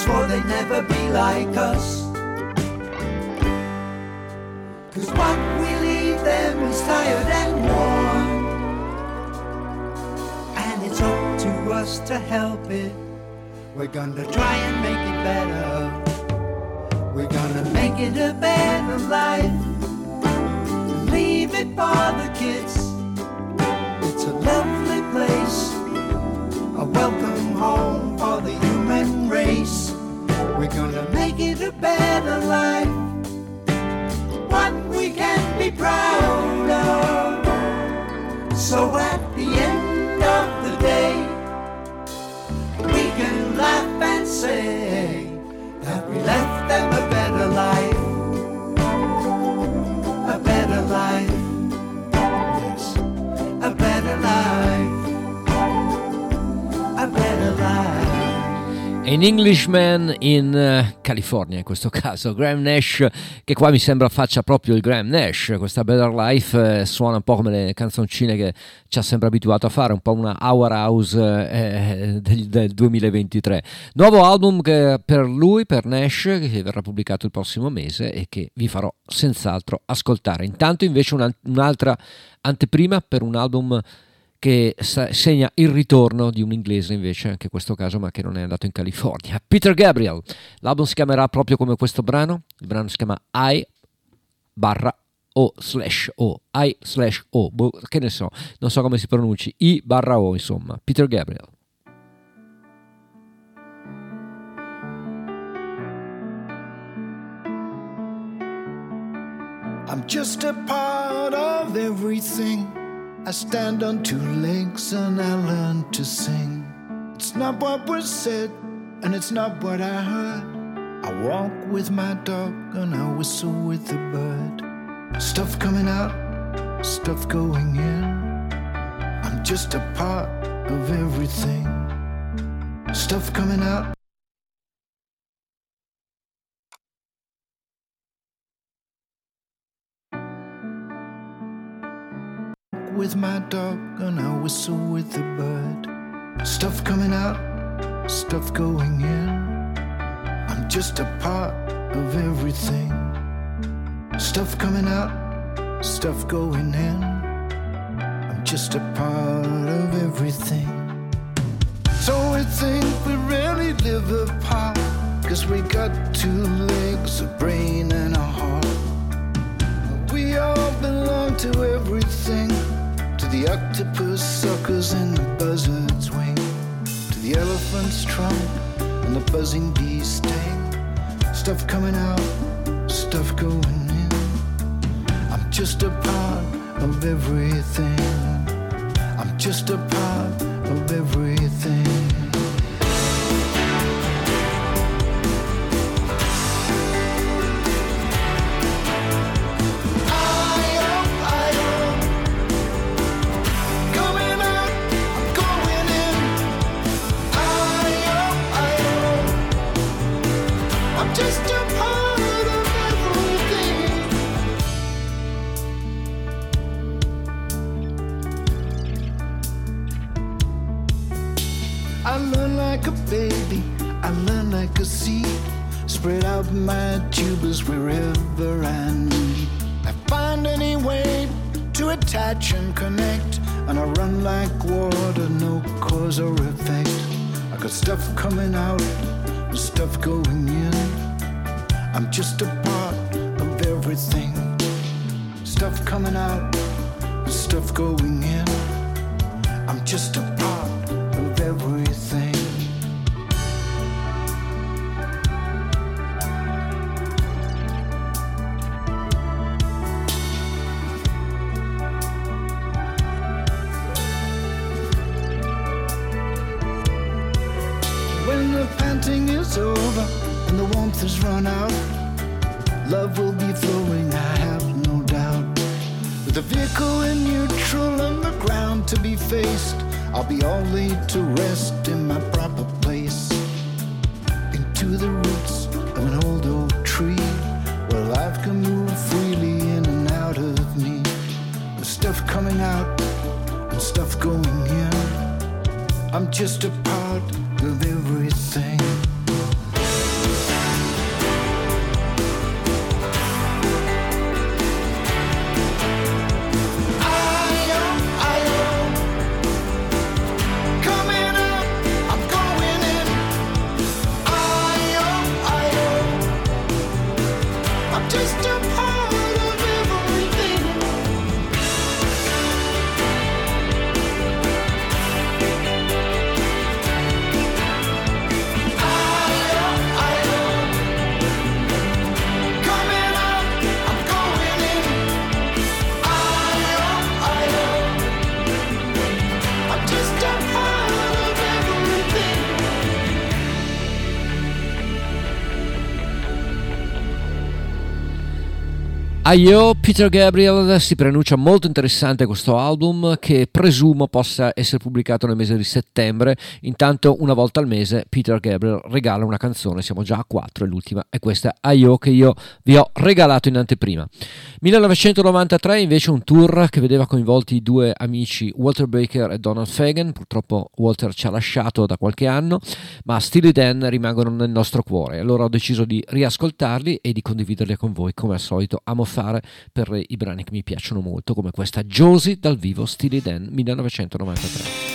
swore they'd never be like us. 'Cause what we leave them is tired and worn, and it's up to us to help it. We're gonna try and make it better. We're gonna make it a better life. Leave it for the kids. It's a lovely place, a welcome home for the human race. We're gonna make it a better life, one we can be proud of. So at the end of the day, we can laugh and say that we left them a better life, a better life, yes, a better life, a better life.
An Englishman in uh, California in questo caso, Graham Nash, che qua mi sembra faccia proprio il Graham Nash. Questa Better Life eh, suona un po' come le canzoncine che ci ha sempre abituato a fare, un po' una Our House eh, del, del duemilaventitré. Nuovo album che per lui, per Nash, che verrà pubblicato il prossimo mese e che vi farò senz'altro ascoltare. Intanto invece una, un'altra anteprima per un album che segna il ritorno di un inglese invece, anche in questo caso, ma che non è andato in California, Peter Gabriel. L'album si chiamerà proprio come questo brano, il brano si chiama I barra O slash O, I slash O, boh, che ne so, non so come si pronunci, I barra O, insomma, Peter Gabriel.
I'm just a part of everything. I stand on two legs and I learn to sing. It's not what was said and it's not what I heard. I walk with my dog and I whistle with the bird. Stuff coming out, stuff going in. I'm just a part of everything. Stuff coming out. With my dog and I whistle with the bird. Stuff coming out, stuff going in. I'm just a part of everything. Stuff coming out, stuff going in. I'm just a part of everything. So we think we really live apart, 'cause we got two legs, a brain and a heart. We all belong to everything. To the octopus suckers and the buzzard's wing, to the elephant's trunk and the buzzing bee's sting. Stuff coming out, stuff going in. I'm just a part of everything. I'm just a part of everything. Spread out my tubers wherever I need. I find any way to attach and connect, and I run like water, no cause or effect. I got stuff coming out and stuff going in. I'm just a part of everything. Stuff coming out and stuff going in. I'm just a part of everything. Is over and the warmth has run out. Love will be flowing, I have no doubt. With the vehicle in neutral and the ground to be faced, I'll be all laid to rest in my proper place. Into the roots of an old oak tree, where life can move freely in and out of me. With stuff coming out and stuff going in. I'm just a part of everything.
Ayo, Peter Gabriel. Si preannuncia molto interessante questo album, che presumo possa essere pubblicato nel mese di settembre. Intanto una volta al mese Peter Gabriel regala una canzone, siamo già a quattro e l'ultima è questa Ayo che io vi ho regalato in anteprima. millenovecentonovantatré invece un tour che vedeva coinvolti i due amici Walter Baker e Donald Fagen. Purtroppo Walter ci ha lasciato da qualche anno, ma Steely Dan rimangono nel nostro cuore. Allora ho deciso di riascoltarli e di condividerli con voi, come al solito amo fare per i brani che mi piacciono molto, come questa Josie dal vivo Steely Dan millenovecentonovantatré.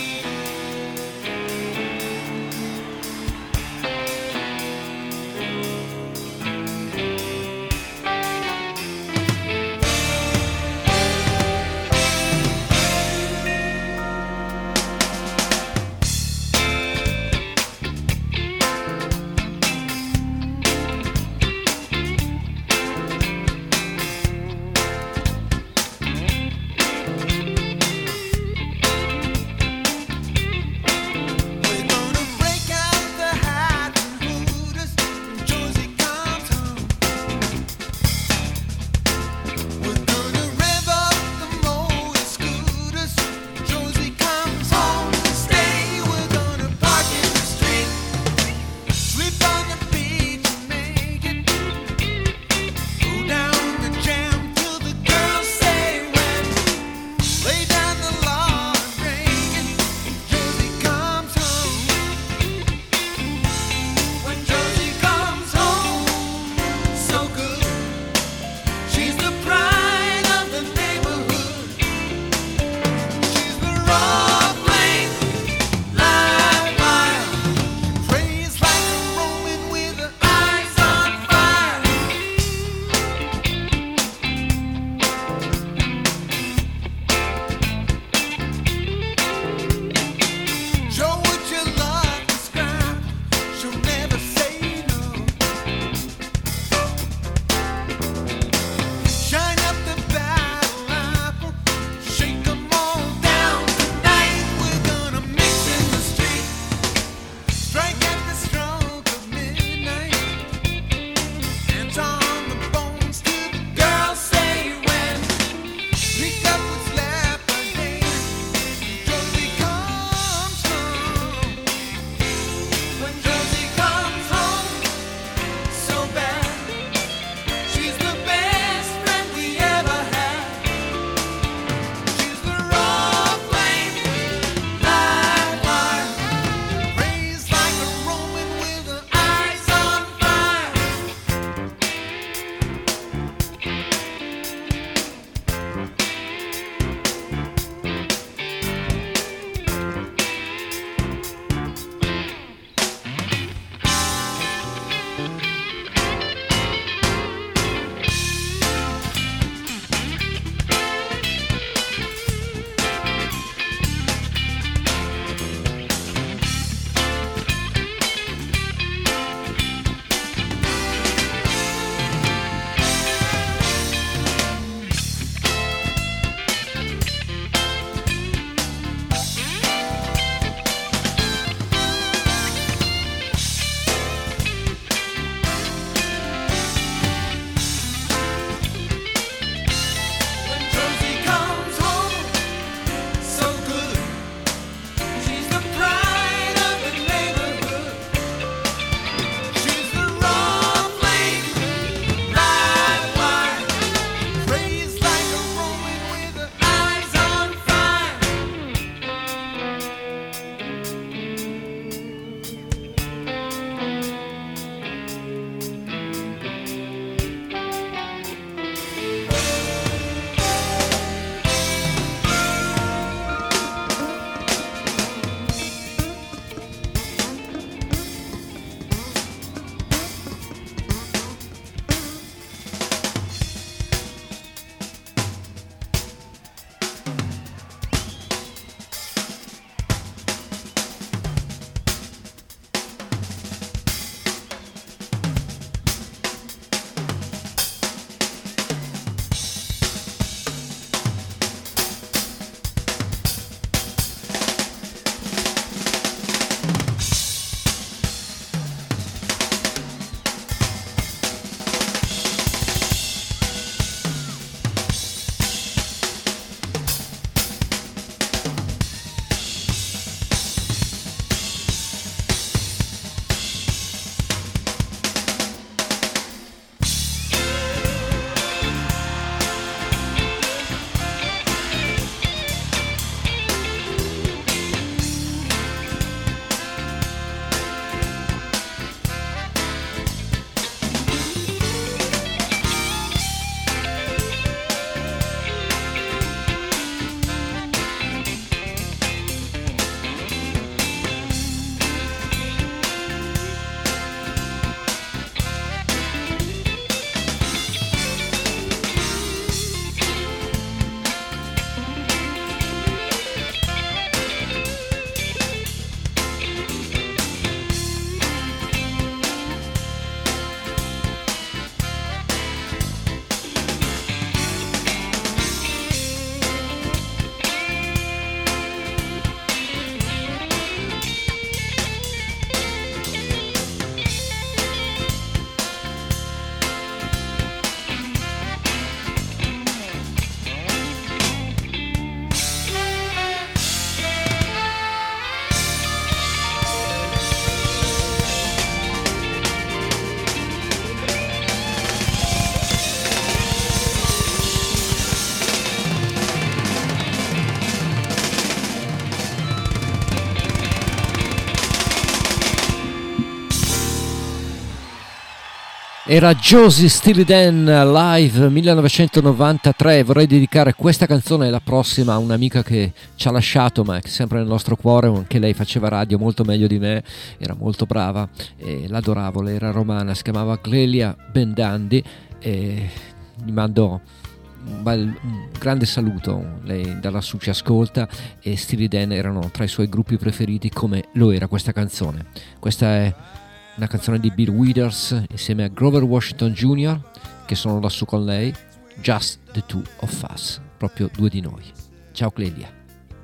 Era Josie Steely Dan live millenovecentonovantatré. Vorrei dedicare questa canzone e la prossima a un'amica che ci ha lasciato ma è sempre nel nostro cuore. Anche lei faceva radio molto meglio di me, era molto brava e l'adoravo. Lei era romana, si chiamava Clelia Bendandi e gli mando un, bel, un grande saluto. Lei da lassù ci ascolta e Steely Dan erano tra i suoi gruppi preferiti, come lo era questa canzone. Questa è una canzone di Bill Withers insieme a Grover Washington Junior, che sono lassù con lei. Just the Two of Us, proprio due di noi. Ciao Clelia.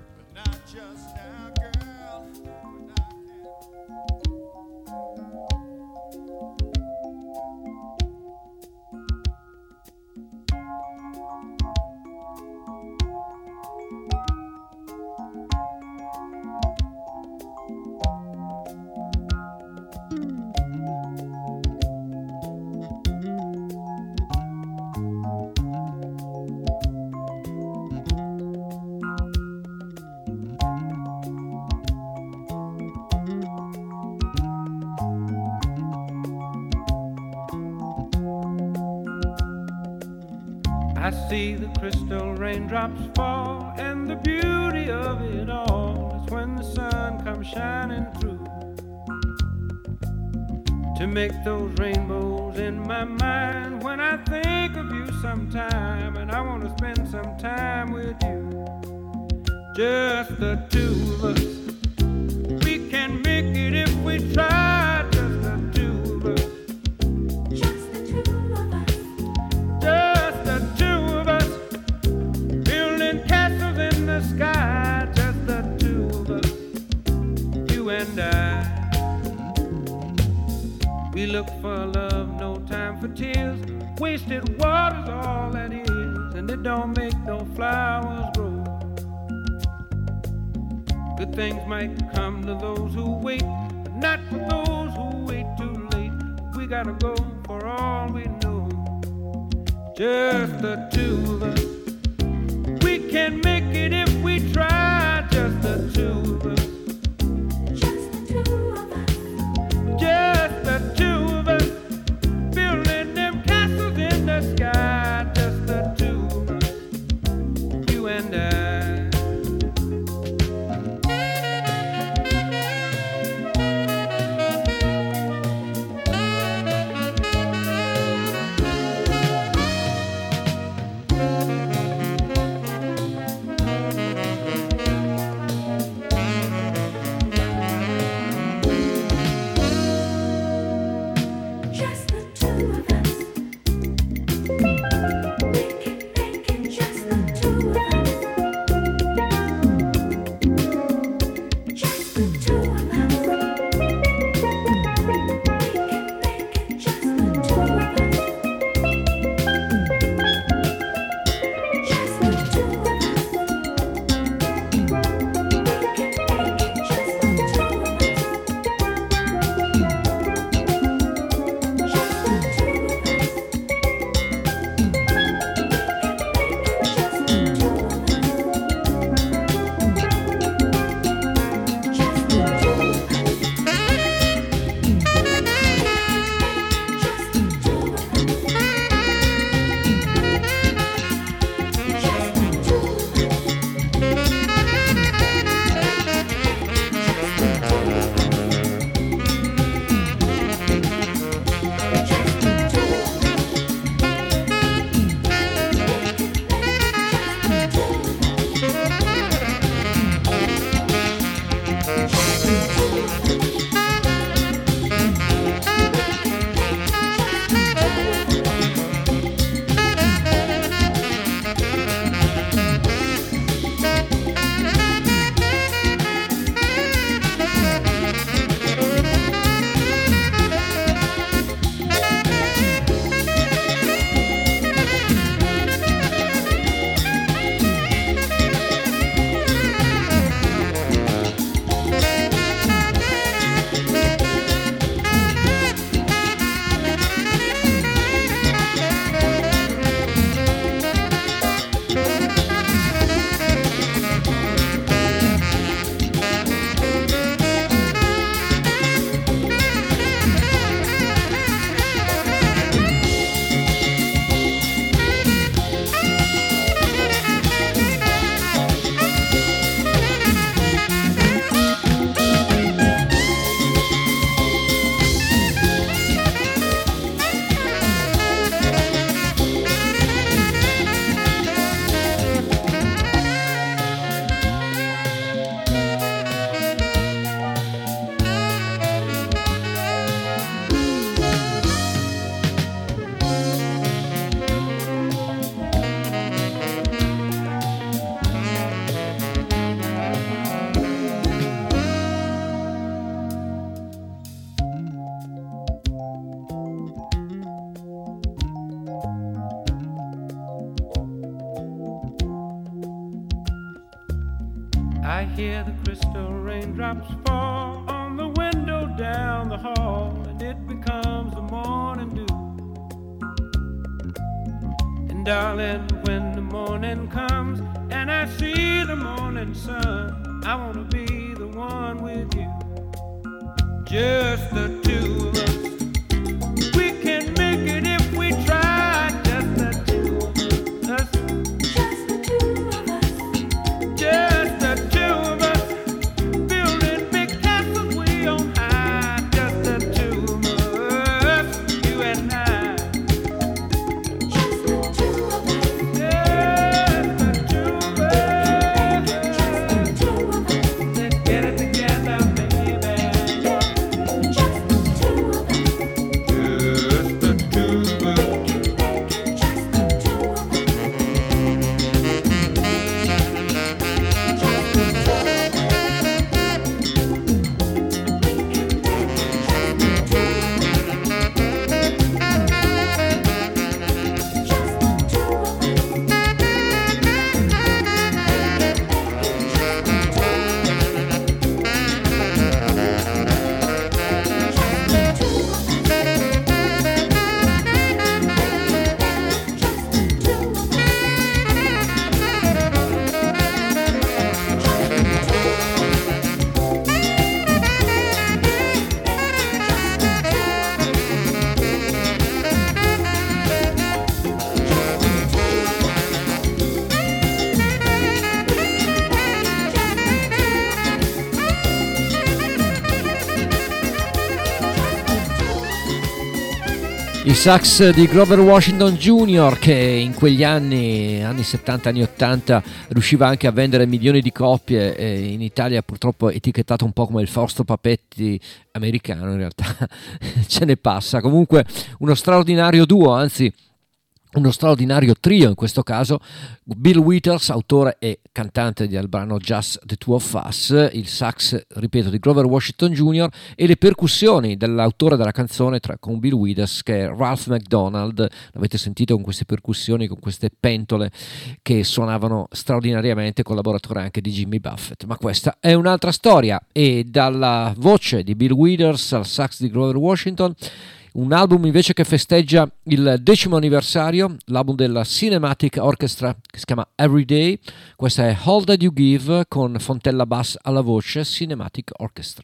I see the crystal raindrops fall, and the beauty of it all is when the sun comes shining through to make those rainbows in my mind. When I think of you sometime, and I want to spend some time with you, just the two of us. We can make it if we try, just the two of us. Just the two of us. Just the two of us. Building castles in the sky, just the two of us. You and I. We look for love, no time for tears. Wasted water's all that is, and it don't make no flowers grow. Good things might come to those who wait, but not for those who wait too late. We gotta go for all we know. Just the two of us. We can make it if we try. Just the two of us. Just the two of us. Just the two of us. Building them castles in the sky. Just the two of us. You and I. I hear the crystal raindrops fall on the window down the hall, and it becomes the morning dew. And darling, when the morning comes and I see the morning sun, I wanna be the one with you, just the two of us. We can make it if we try, just the two of us. Just the two of us. Just the two of us. Building big castles way on high, just the two of us, you and I. Just the two of us. Just the two of us. Just the two of us. Let's get it together, baby. Just the two of us. Just the two of us. Just the two of us.
I sax di Grover Washington junior, che in quegli anni, anni settanta, anni ottanta, riusciva anche a vendere milioni di copie, e in Italia purtroppo etichettato un po' come il Fausto Papetti americano, in realtà ce ne passa. Comunque uno straordinario duo, anzi uno straordinario trio in questo caso. Bill Withers, autore e cantante del brano Just the Two of Us, il sax, ripeto, di Grover Washington junior, e le percussioni dell'autore della canzone tra, con Bill Withers, che è Ralph McDonald. L'avete sentito con queste percussioni, con queste pentole che suonavano straordinariamente, collaboratore anche di Jimmy Buffett. Ma questa è un'altra storia, e dalla voce di Bill Withers al sax di Grover Washington, un album invece che festeggia il decimo anniversario, l'album della Cinematic Orchestra, che si chiama Everyday. Questa è All That You Give, con Fontella Bass alla voce, Cinematic Orchestra.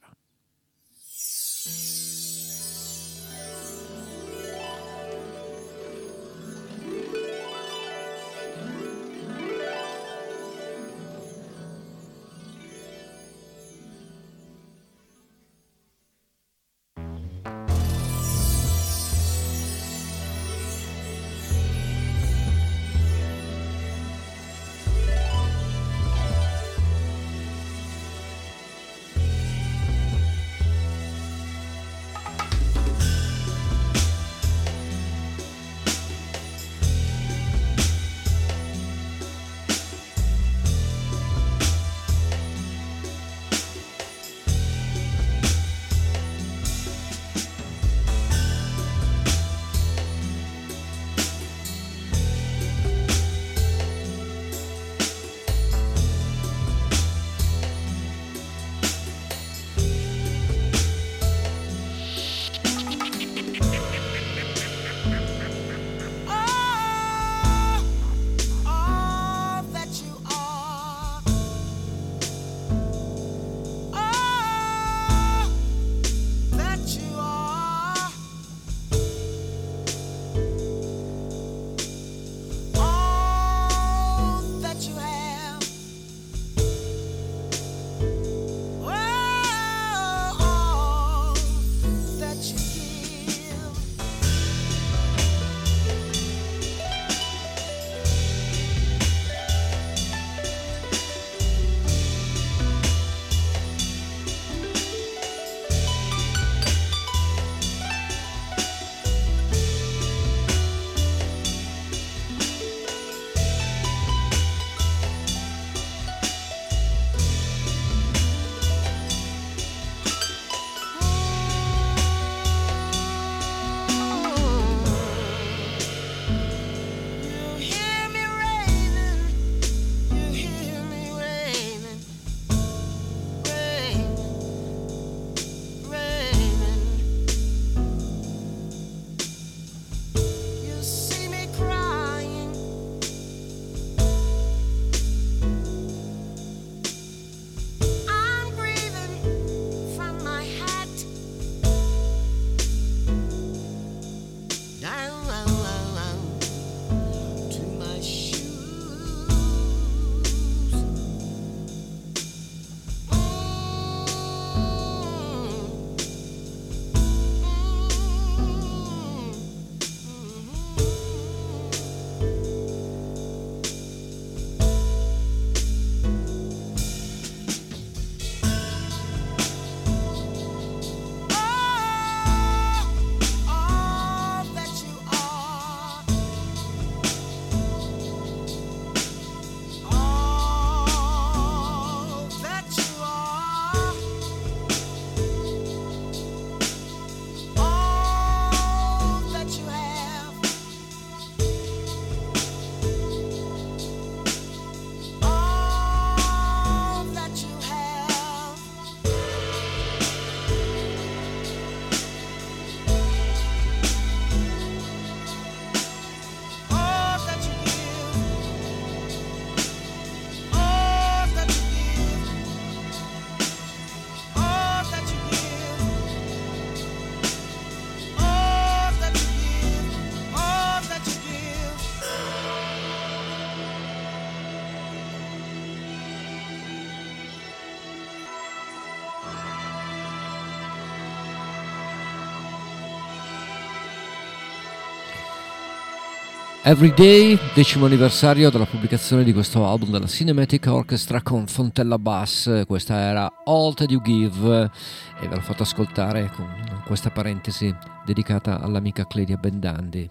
Everyday, decimo anniversario della pubblicazione di questo album della Cinematic Orchestra con Fontella Bass. Questa era All That You Give e ve l'ho fatto ascoltare con questa parentesi dedicata all'amica Clelia Bendandi,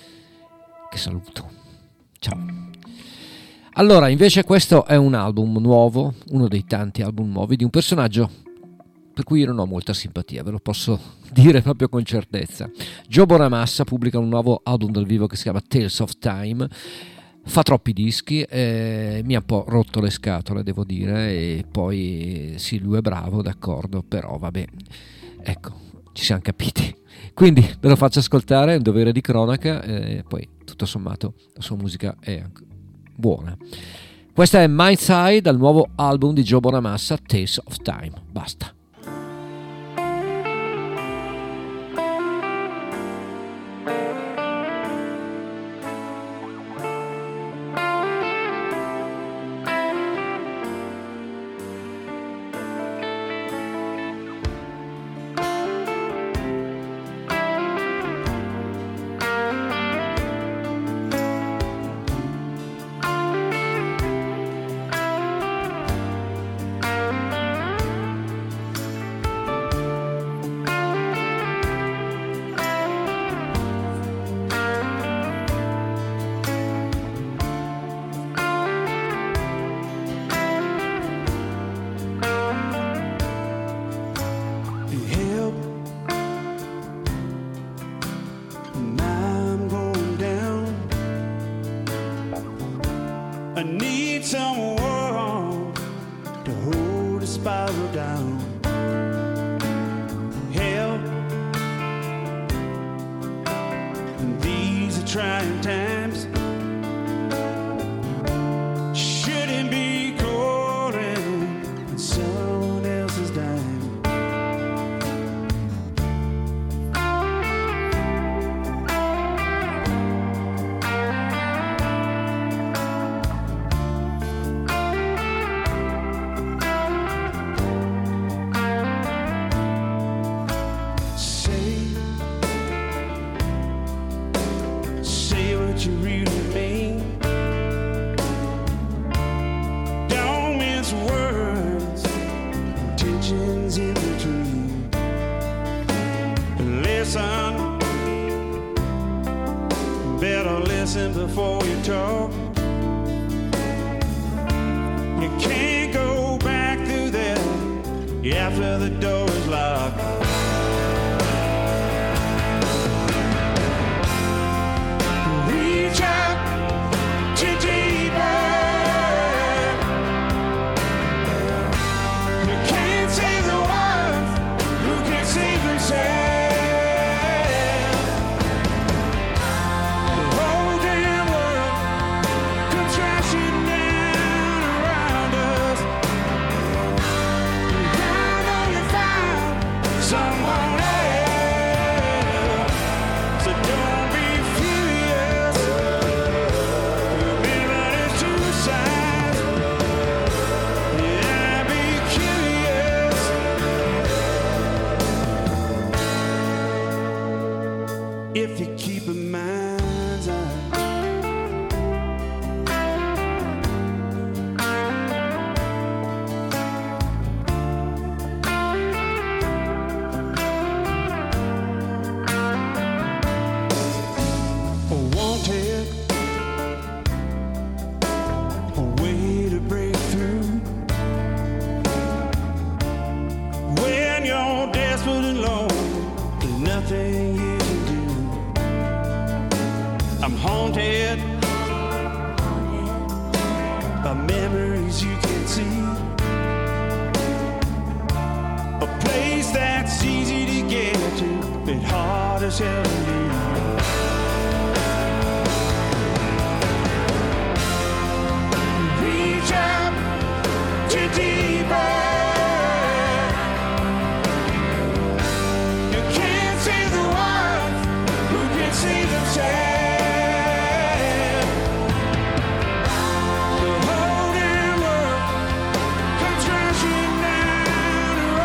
che saluto. Ciao. Allora, invece questo è un album nuovo, uno dei tanti album nuovi di un personaggio per cui io non ho molta simpatia, ve lo posso dire proprio con certezza. Joe Bonamassa pubblica un nuovo album dal vivo che si chiama Tales of Time, fa troppi dischi, eh, mi ha un po' rotto le scatole, devo dire, e poi sì, lui è bravo, d'accordo, però vabbè, ecco, ci siamo capiti. Quindi ve lo faccio ascoltare, è un dovere di cronaca, e eh, poi tutto sommato la sua musica è buona. Questa è Mindside dal nuovo album di Joe Bonamassa, Tales of Time. Basta.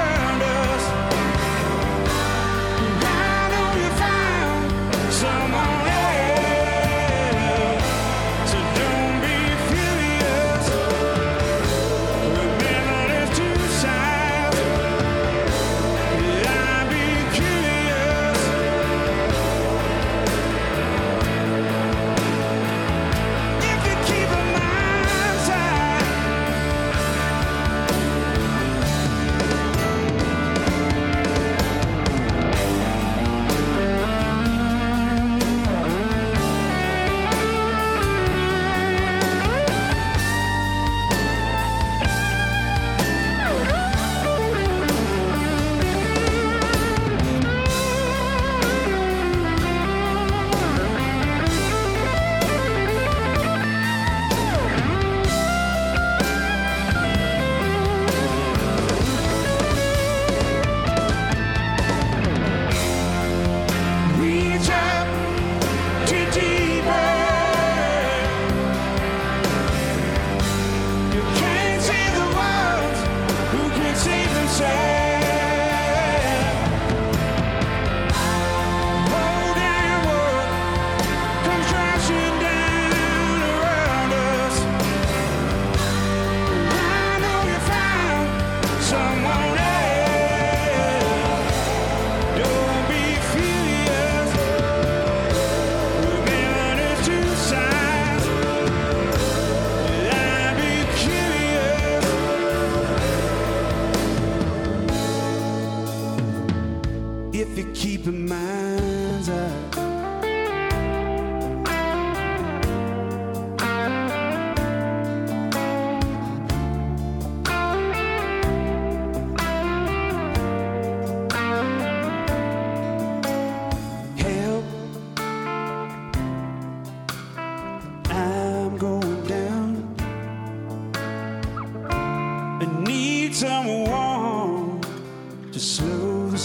Someone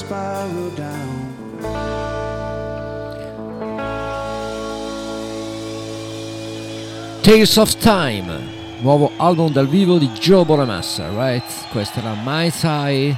spiral down.
Tales of Time, nuovo album dal vivo di Joe Bonamassa, right? Questa era My Eye,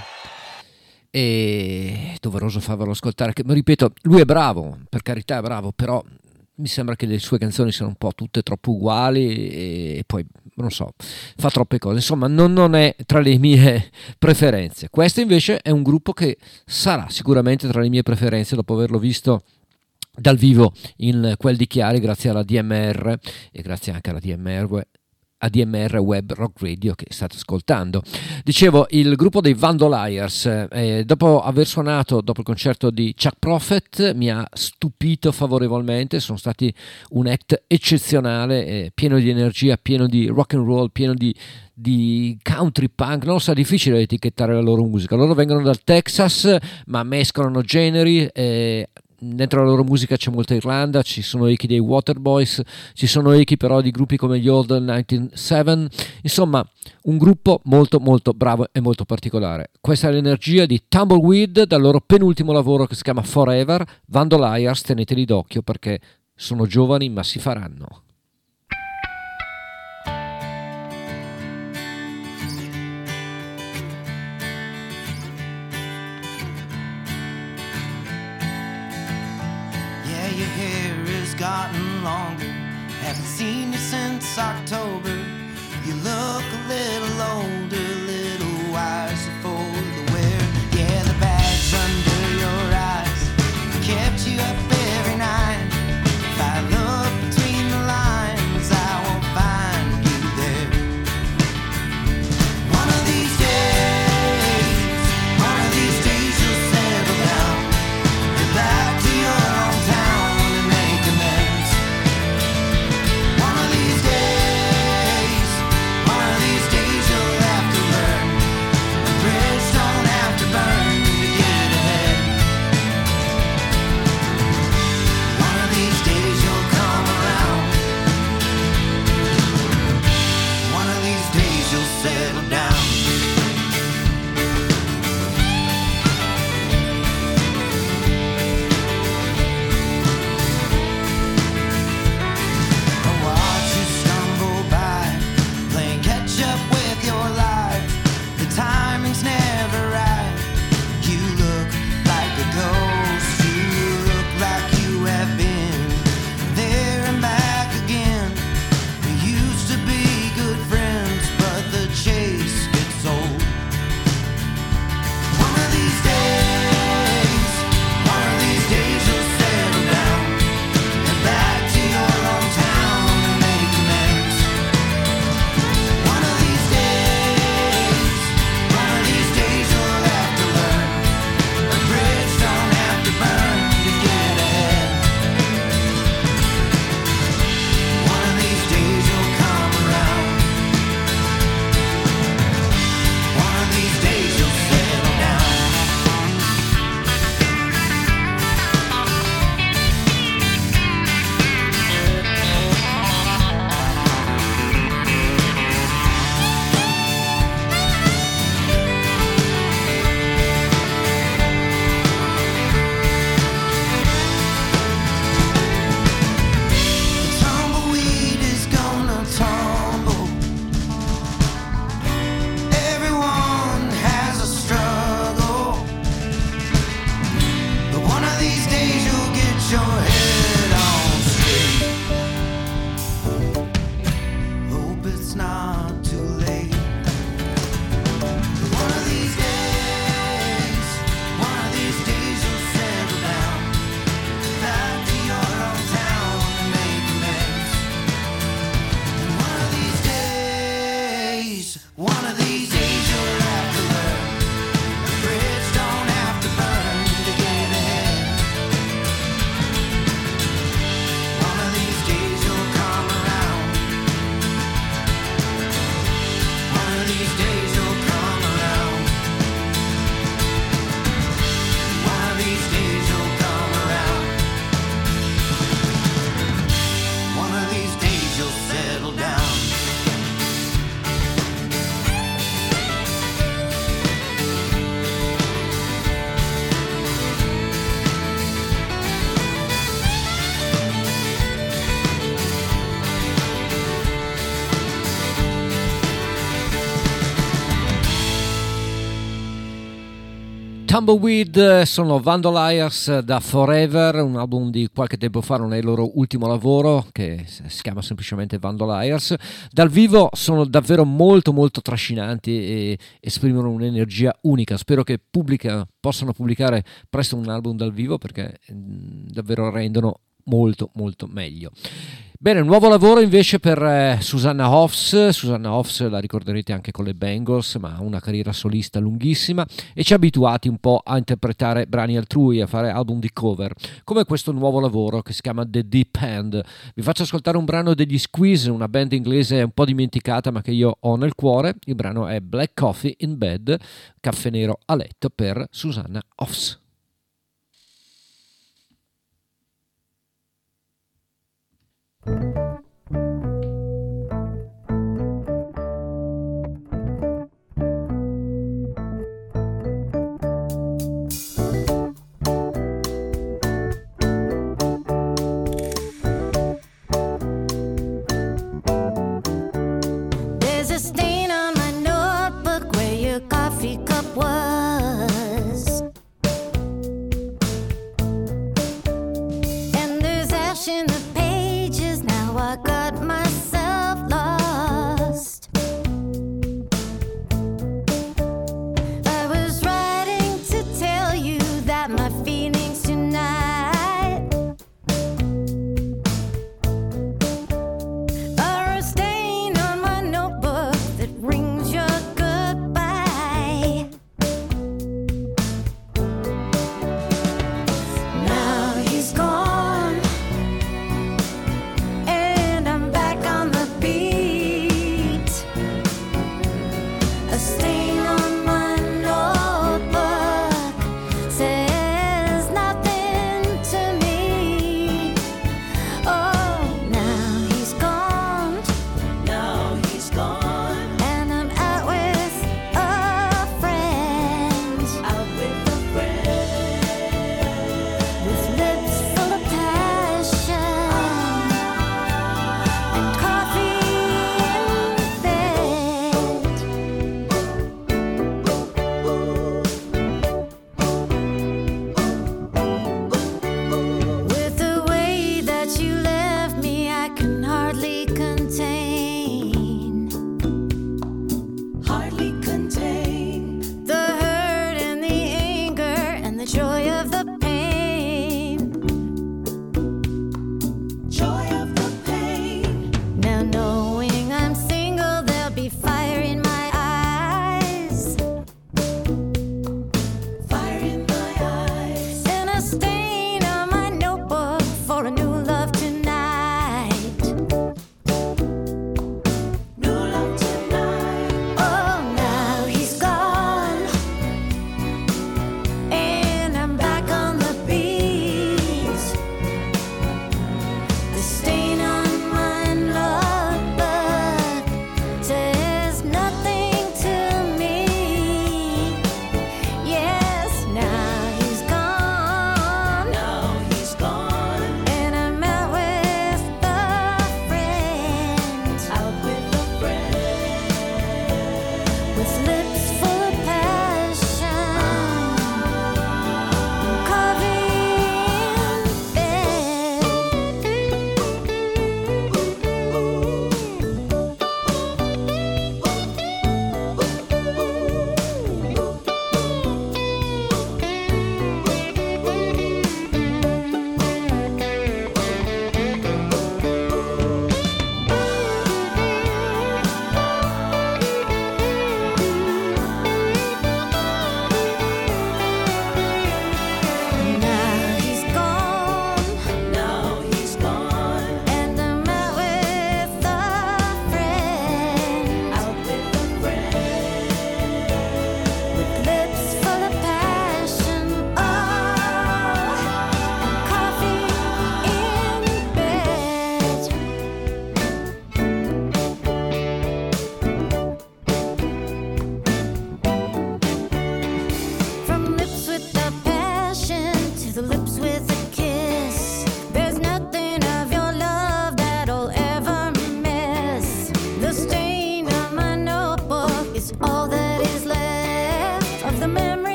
e doveroso farvelo ascoltare, che, ripeto, lui è bravo, per carità è bravo, però mi sembra che le sue canzoni siano un po' tutte troppo uguali e poi, non so, fa troppe cose, insomma non, non è tra le mie preferenze. Questo invece è un gruppo che sarà sicuramente tra le mie preferenze dopo averlo visto dal vivo in quel di Chiari, grazie alla D M R e grazie anche alla D M R, A D M R Web Rock Radio che state ascoltando. Dicevo, il gruppo dei Vandoliars, eh, dopo aver suonato dopo il concerto di Chuck Prophet, mi ha stupito favorevolmente. Sono stati un act eccezionale, eh, pieno di energia, pieno di rock and roll, pieno di, di country punk. Non lo so, è difficile etichettare la loro musica. Loro vengono dal Texas ma mescolano generi, eh, dentro la loro musica c'è molta Irlanda, ci sono echi dei Waterboys, ci sono echi però di gruppi come gli Old novantasette, insomma un gruppo molto molto bravo e molto particolare. Questa è l'energia di Tumbleweed dal loro penultimo lavoro che si chiama Forever. Vandoliars, teneteli d'occhio perché sono giovani ma si faranno.
Your hair has gotten longer. Haven't seen you since October. You look a little older, little wiser for the wear. Yeah, the bags under your eyes kept you up every night. If I look between the lines, I won't find you there. One of these days, one of these days you'll settle down. Get back to your hometown. One of these days
Tumbleweed sono Vandaliers da Forever, un album di qualche tempo fa, non è il loro ultimo lavoro, che si chiama semplicemente Vandaliers. Dal vivo sono davvero molto molto trascinanti e esprimono un'energia unica. Spero che pubblica, possano pubblicare presto un album dal vivo, perché mh, davvero rendono molto molto meglio. Bene, nuovo lavoro invece per eh, Susanna Hoffs. Susanna Hoffs la ricorderete anche con le Bangles, ma ha una carriera solista lunghissima e ci ha abituati un po' a interpretare brani altrui, a fare album di cover, come questo nuovo lavoro che si chiama The Deep End. Vi faccio ascoltare un brano degli Squeeze, una band inglese un po' dimenticata ma che io ho nel cuore. Il brano è Black Coffee in Bed, caffè nero a letto, per Susanna Hoffs.
There's a stain on my notebook where your coffee cup was.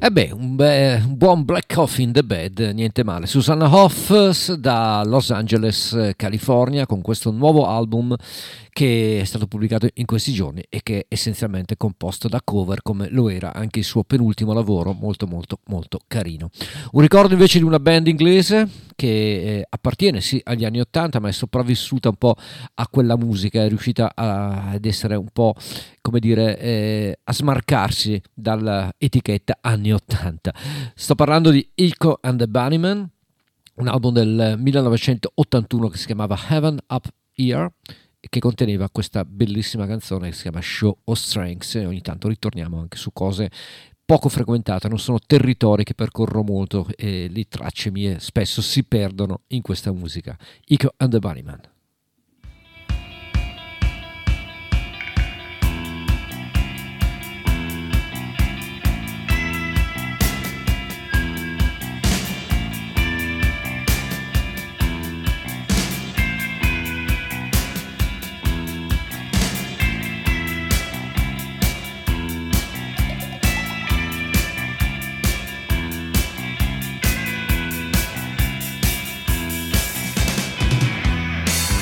Eh beh, un, be- un buon Black Coffee in the Bed, niente male. Susanna Hoffs da Los Angeles, California, con questo nuovo album che è stato pubblicato in questi giorni e che è essenzialmente composto da cover, come lo era anche il suo penultimo lavoro, molto molto molto carino. Un ricordo invece di una band inglese che eh, appartiene sì agli anni ottanta, ma è sopravvissuta un po' a quella musica, è riuscita a, ad essere un po', come dire, eh, a smarcarsi dall'etichetta anni ottanta. Sto parlando di Ilko and the Bunnymen, un album del millenovecentottantuno che si chiamava Heaven Up Here, che conteneva questa bellissima canzone che si chiama Show of Strength, e ogni tanto ritorniamo anche su cose poco frequentate, non sono territori che percorro molto e le tracce mie spesso si perdono in questa musica. Ilko and the Bunnymen.
Show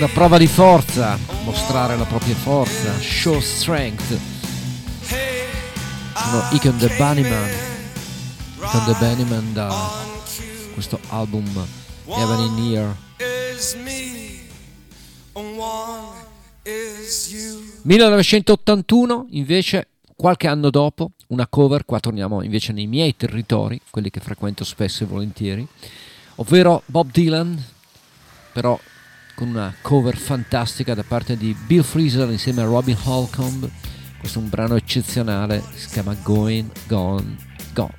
una prova di forza, mostrare la propria forza, show strength. Sono Icon the Bunnyman, Icon the Bunnyman da questo album Heaven in Here. millenovecentottantuno invece, qualche anno dopo, una cover, qua torniamo invece nei miei territori, quelli che frequento spesso e volentieri, ovvero Bob Dylan, però con una cover fantastica da parte di Bill Frisell insieme a Robin Holcomb. Questo è un brano eccezionale, si chiama Going, Gone, Gone.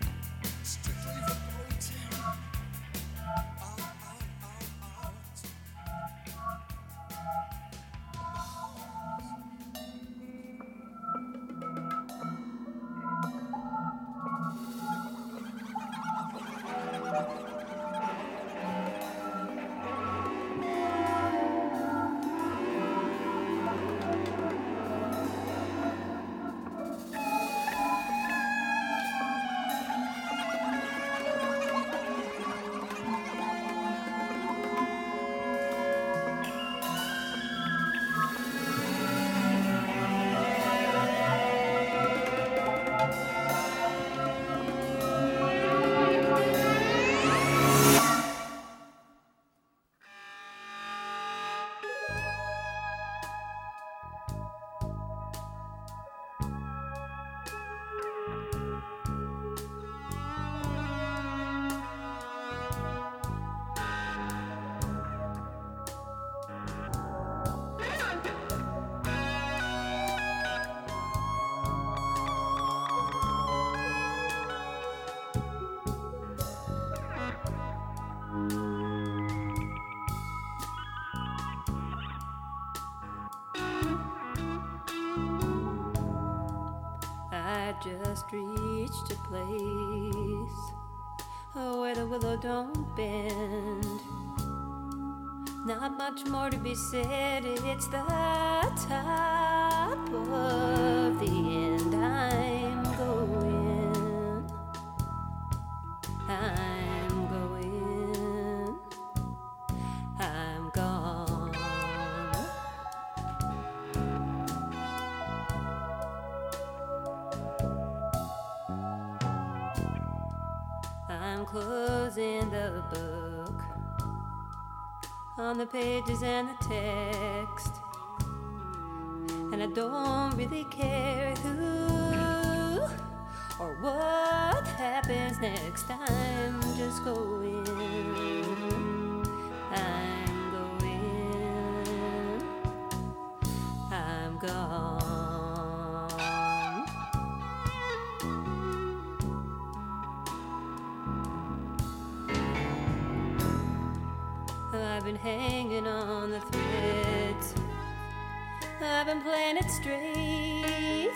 Just reached a place where the willow don't bend. Not much more to be said, it's the top of the end. I'm going, I'm going, I'm gone. I'm closing the book on the pages and the text, and I don't really care who or what happens next. I'm just going, I'm going, I'm gone. I've been hanging on the threads, I've been playing it straight,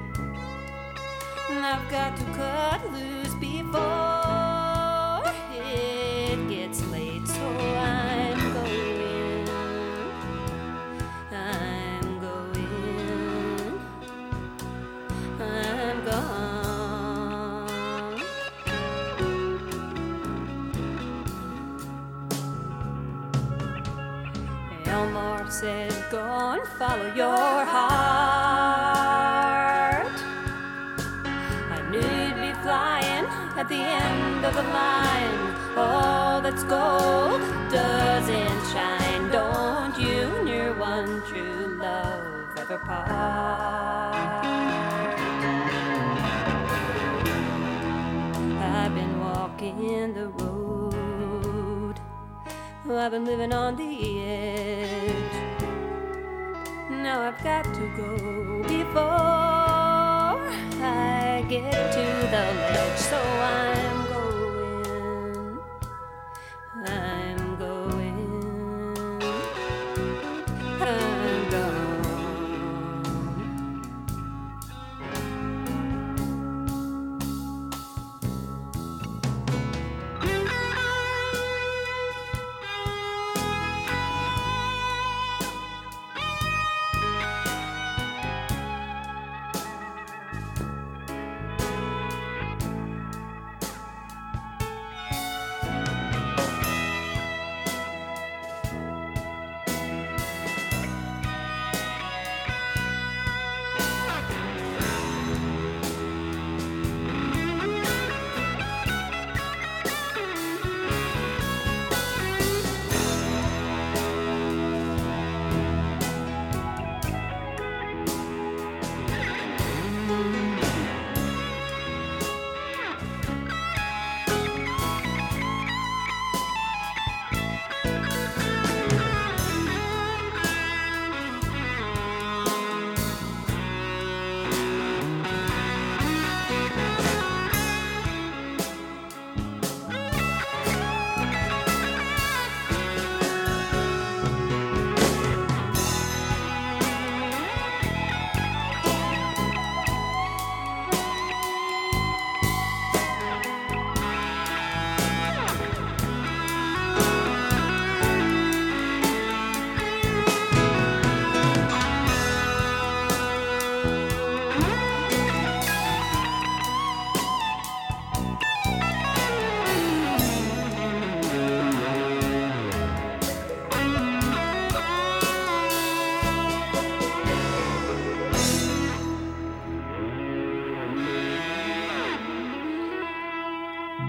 and I've got to cut loose before it gets late. So I'm going, I'm going, I'm gone. Elmore said, go and follow your heart. I knew you'd be flying at the end of the line. All that's gold doesn't shine. Don't you and your one true love ever part. I've been walking the road, I've been living on the edge. Now I've got to go before I get to the ledge. So I'm going, I'm going, I'm gone.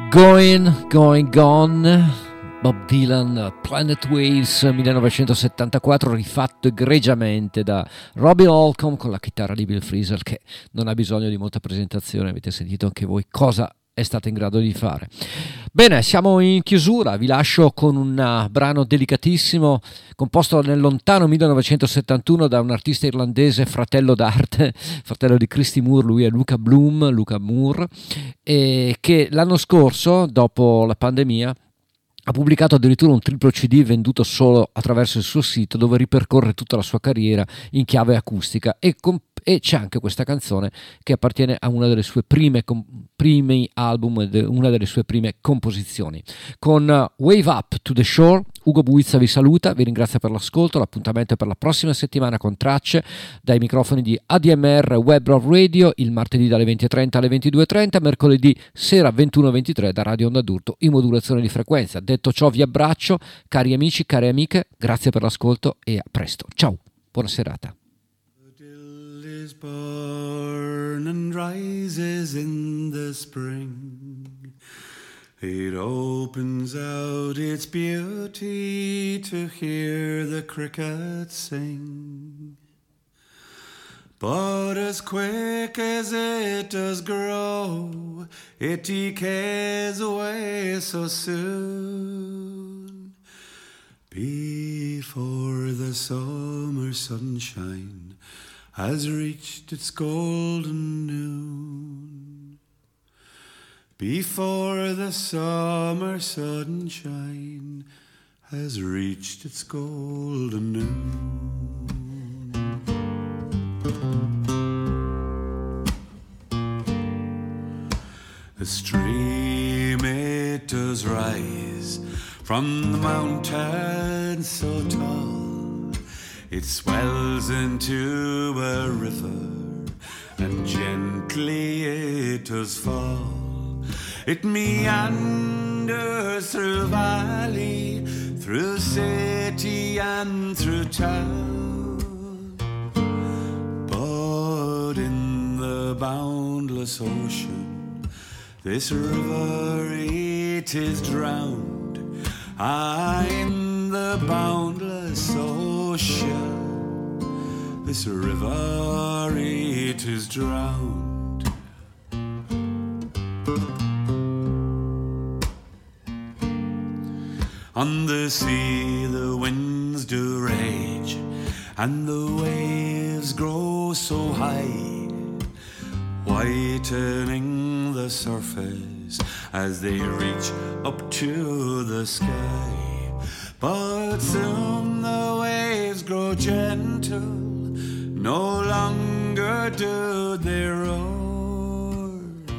Going, Going Gone, Bob Dylan, Planet Waves millenovecentosettantaquattro, rifatto egregiamente da Robbie Holcomb con la chitarra di Bill Frisell, che non ha bisogno di molta presentazione, avete sentito anche voi cosa è stato in grado di fare. Bene, siamo in chiusura, vi lascio con un brano delicatissimo composto nel lontano millenovecentosettantuno da un artista irlandese, fratello d'arte, fratello di Christy Moore, lui è Luca Bloom, Luca Moore, e che l'anno scorso, dopo la pandemia, ha pubblicato addirittura un triplo C D venduto solo attraverso il suo sito, dove ripercorre tutta la sua carriera in chiave acustica, e, comp- e c'è anche questa canzone che appartiene a una delle sue prime com- primi album ed una delle sue prime composizioni. Con uh, Wave Up to the Shore, Ugo Buizza vi saluta, vi ringrazio per l'ascolto, l'appuntamento è per la prossima settimana con tracce dai microfoni di A D M R Web Rock Radio, il martedì dalle venti e trenta alle ventidue e trenta, mercoledì sera ventuno e ventitré da Radio Onda d'Urto in modulazione di frequenza. Detto ciò vi abbraccio, cari amici, care amiche, grazie per l'ascolto e a presto. Ciao, buona serata.
The dill is born and rises in the spring. It opens out its beauty to hear the crickets sing. But as quick as it does grow, it decays away so soon. Before the summer sunshine has reached its golden noon. Before the summer sunshine has reached its golden noon. The stream it does rise from the mountain so tall, it swells into a river and gently it does fall. It meanders through valley, through city and through town, but in the boundless ocean this river it is drowned. Ah, in the boundless ocean this river it is drowned. On the sea the winds do rage and the waves grow so high, whitening the surface as they reach up to the sky. But soon the waves grow gentle, no longer do they roar,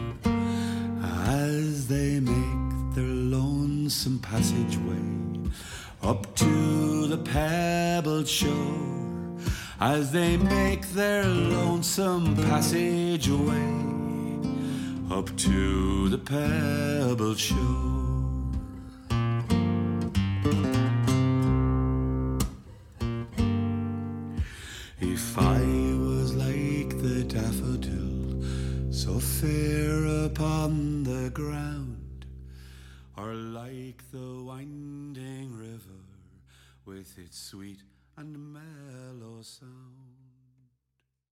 as they make their lonesome passageway up to the pebbled shore, as they make their lonesome passageway up to the pebbled shore. If I was like the daffodil so fair upon the ground, or like the winding river with its sweet and mellow sound,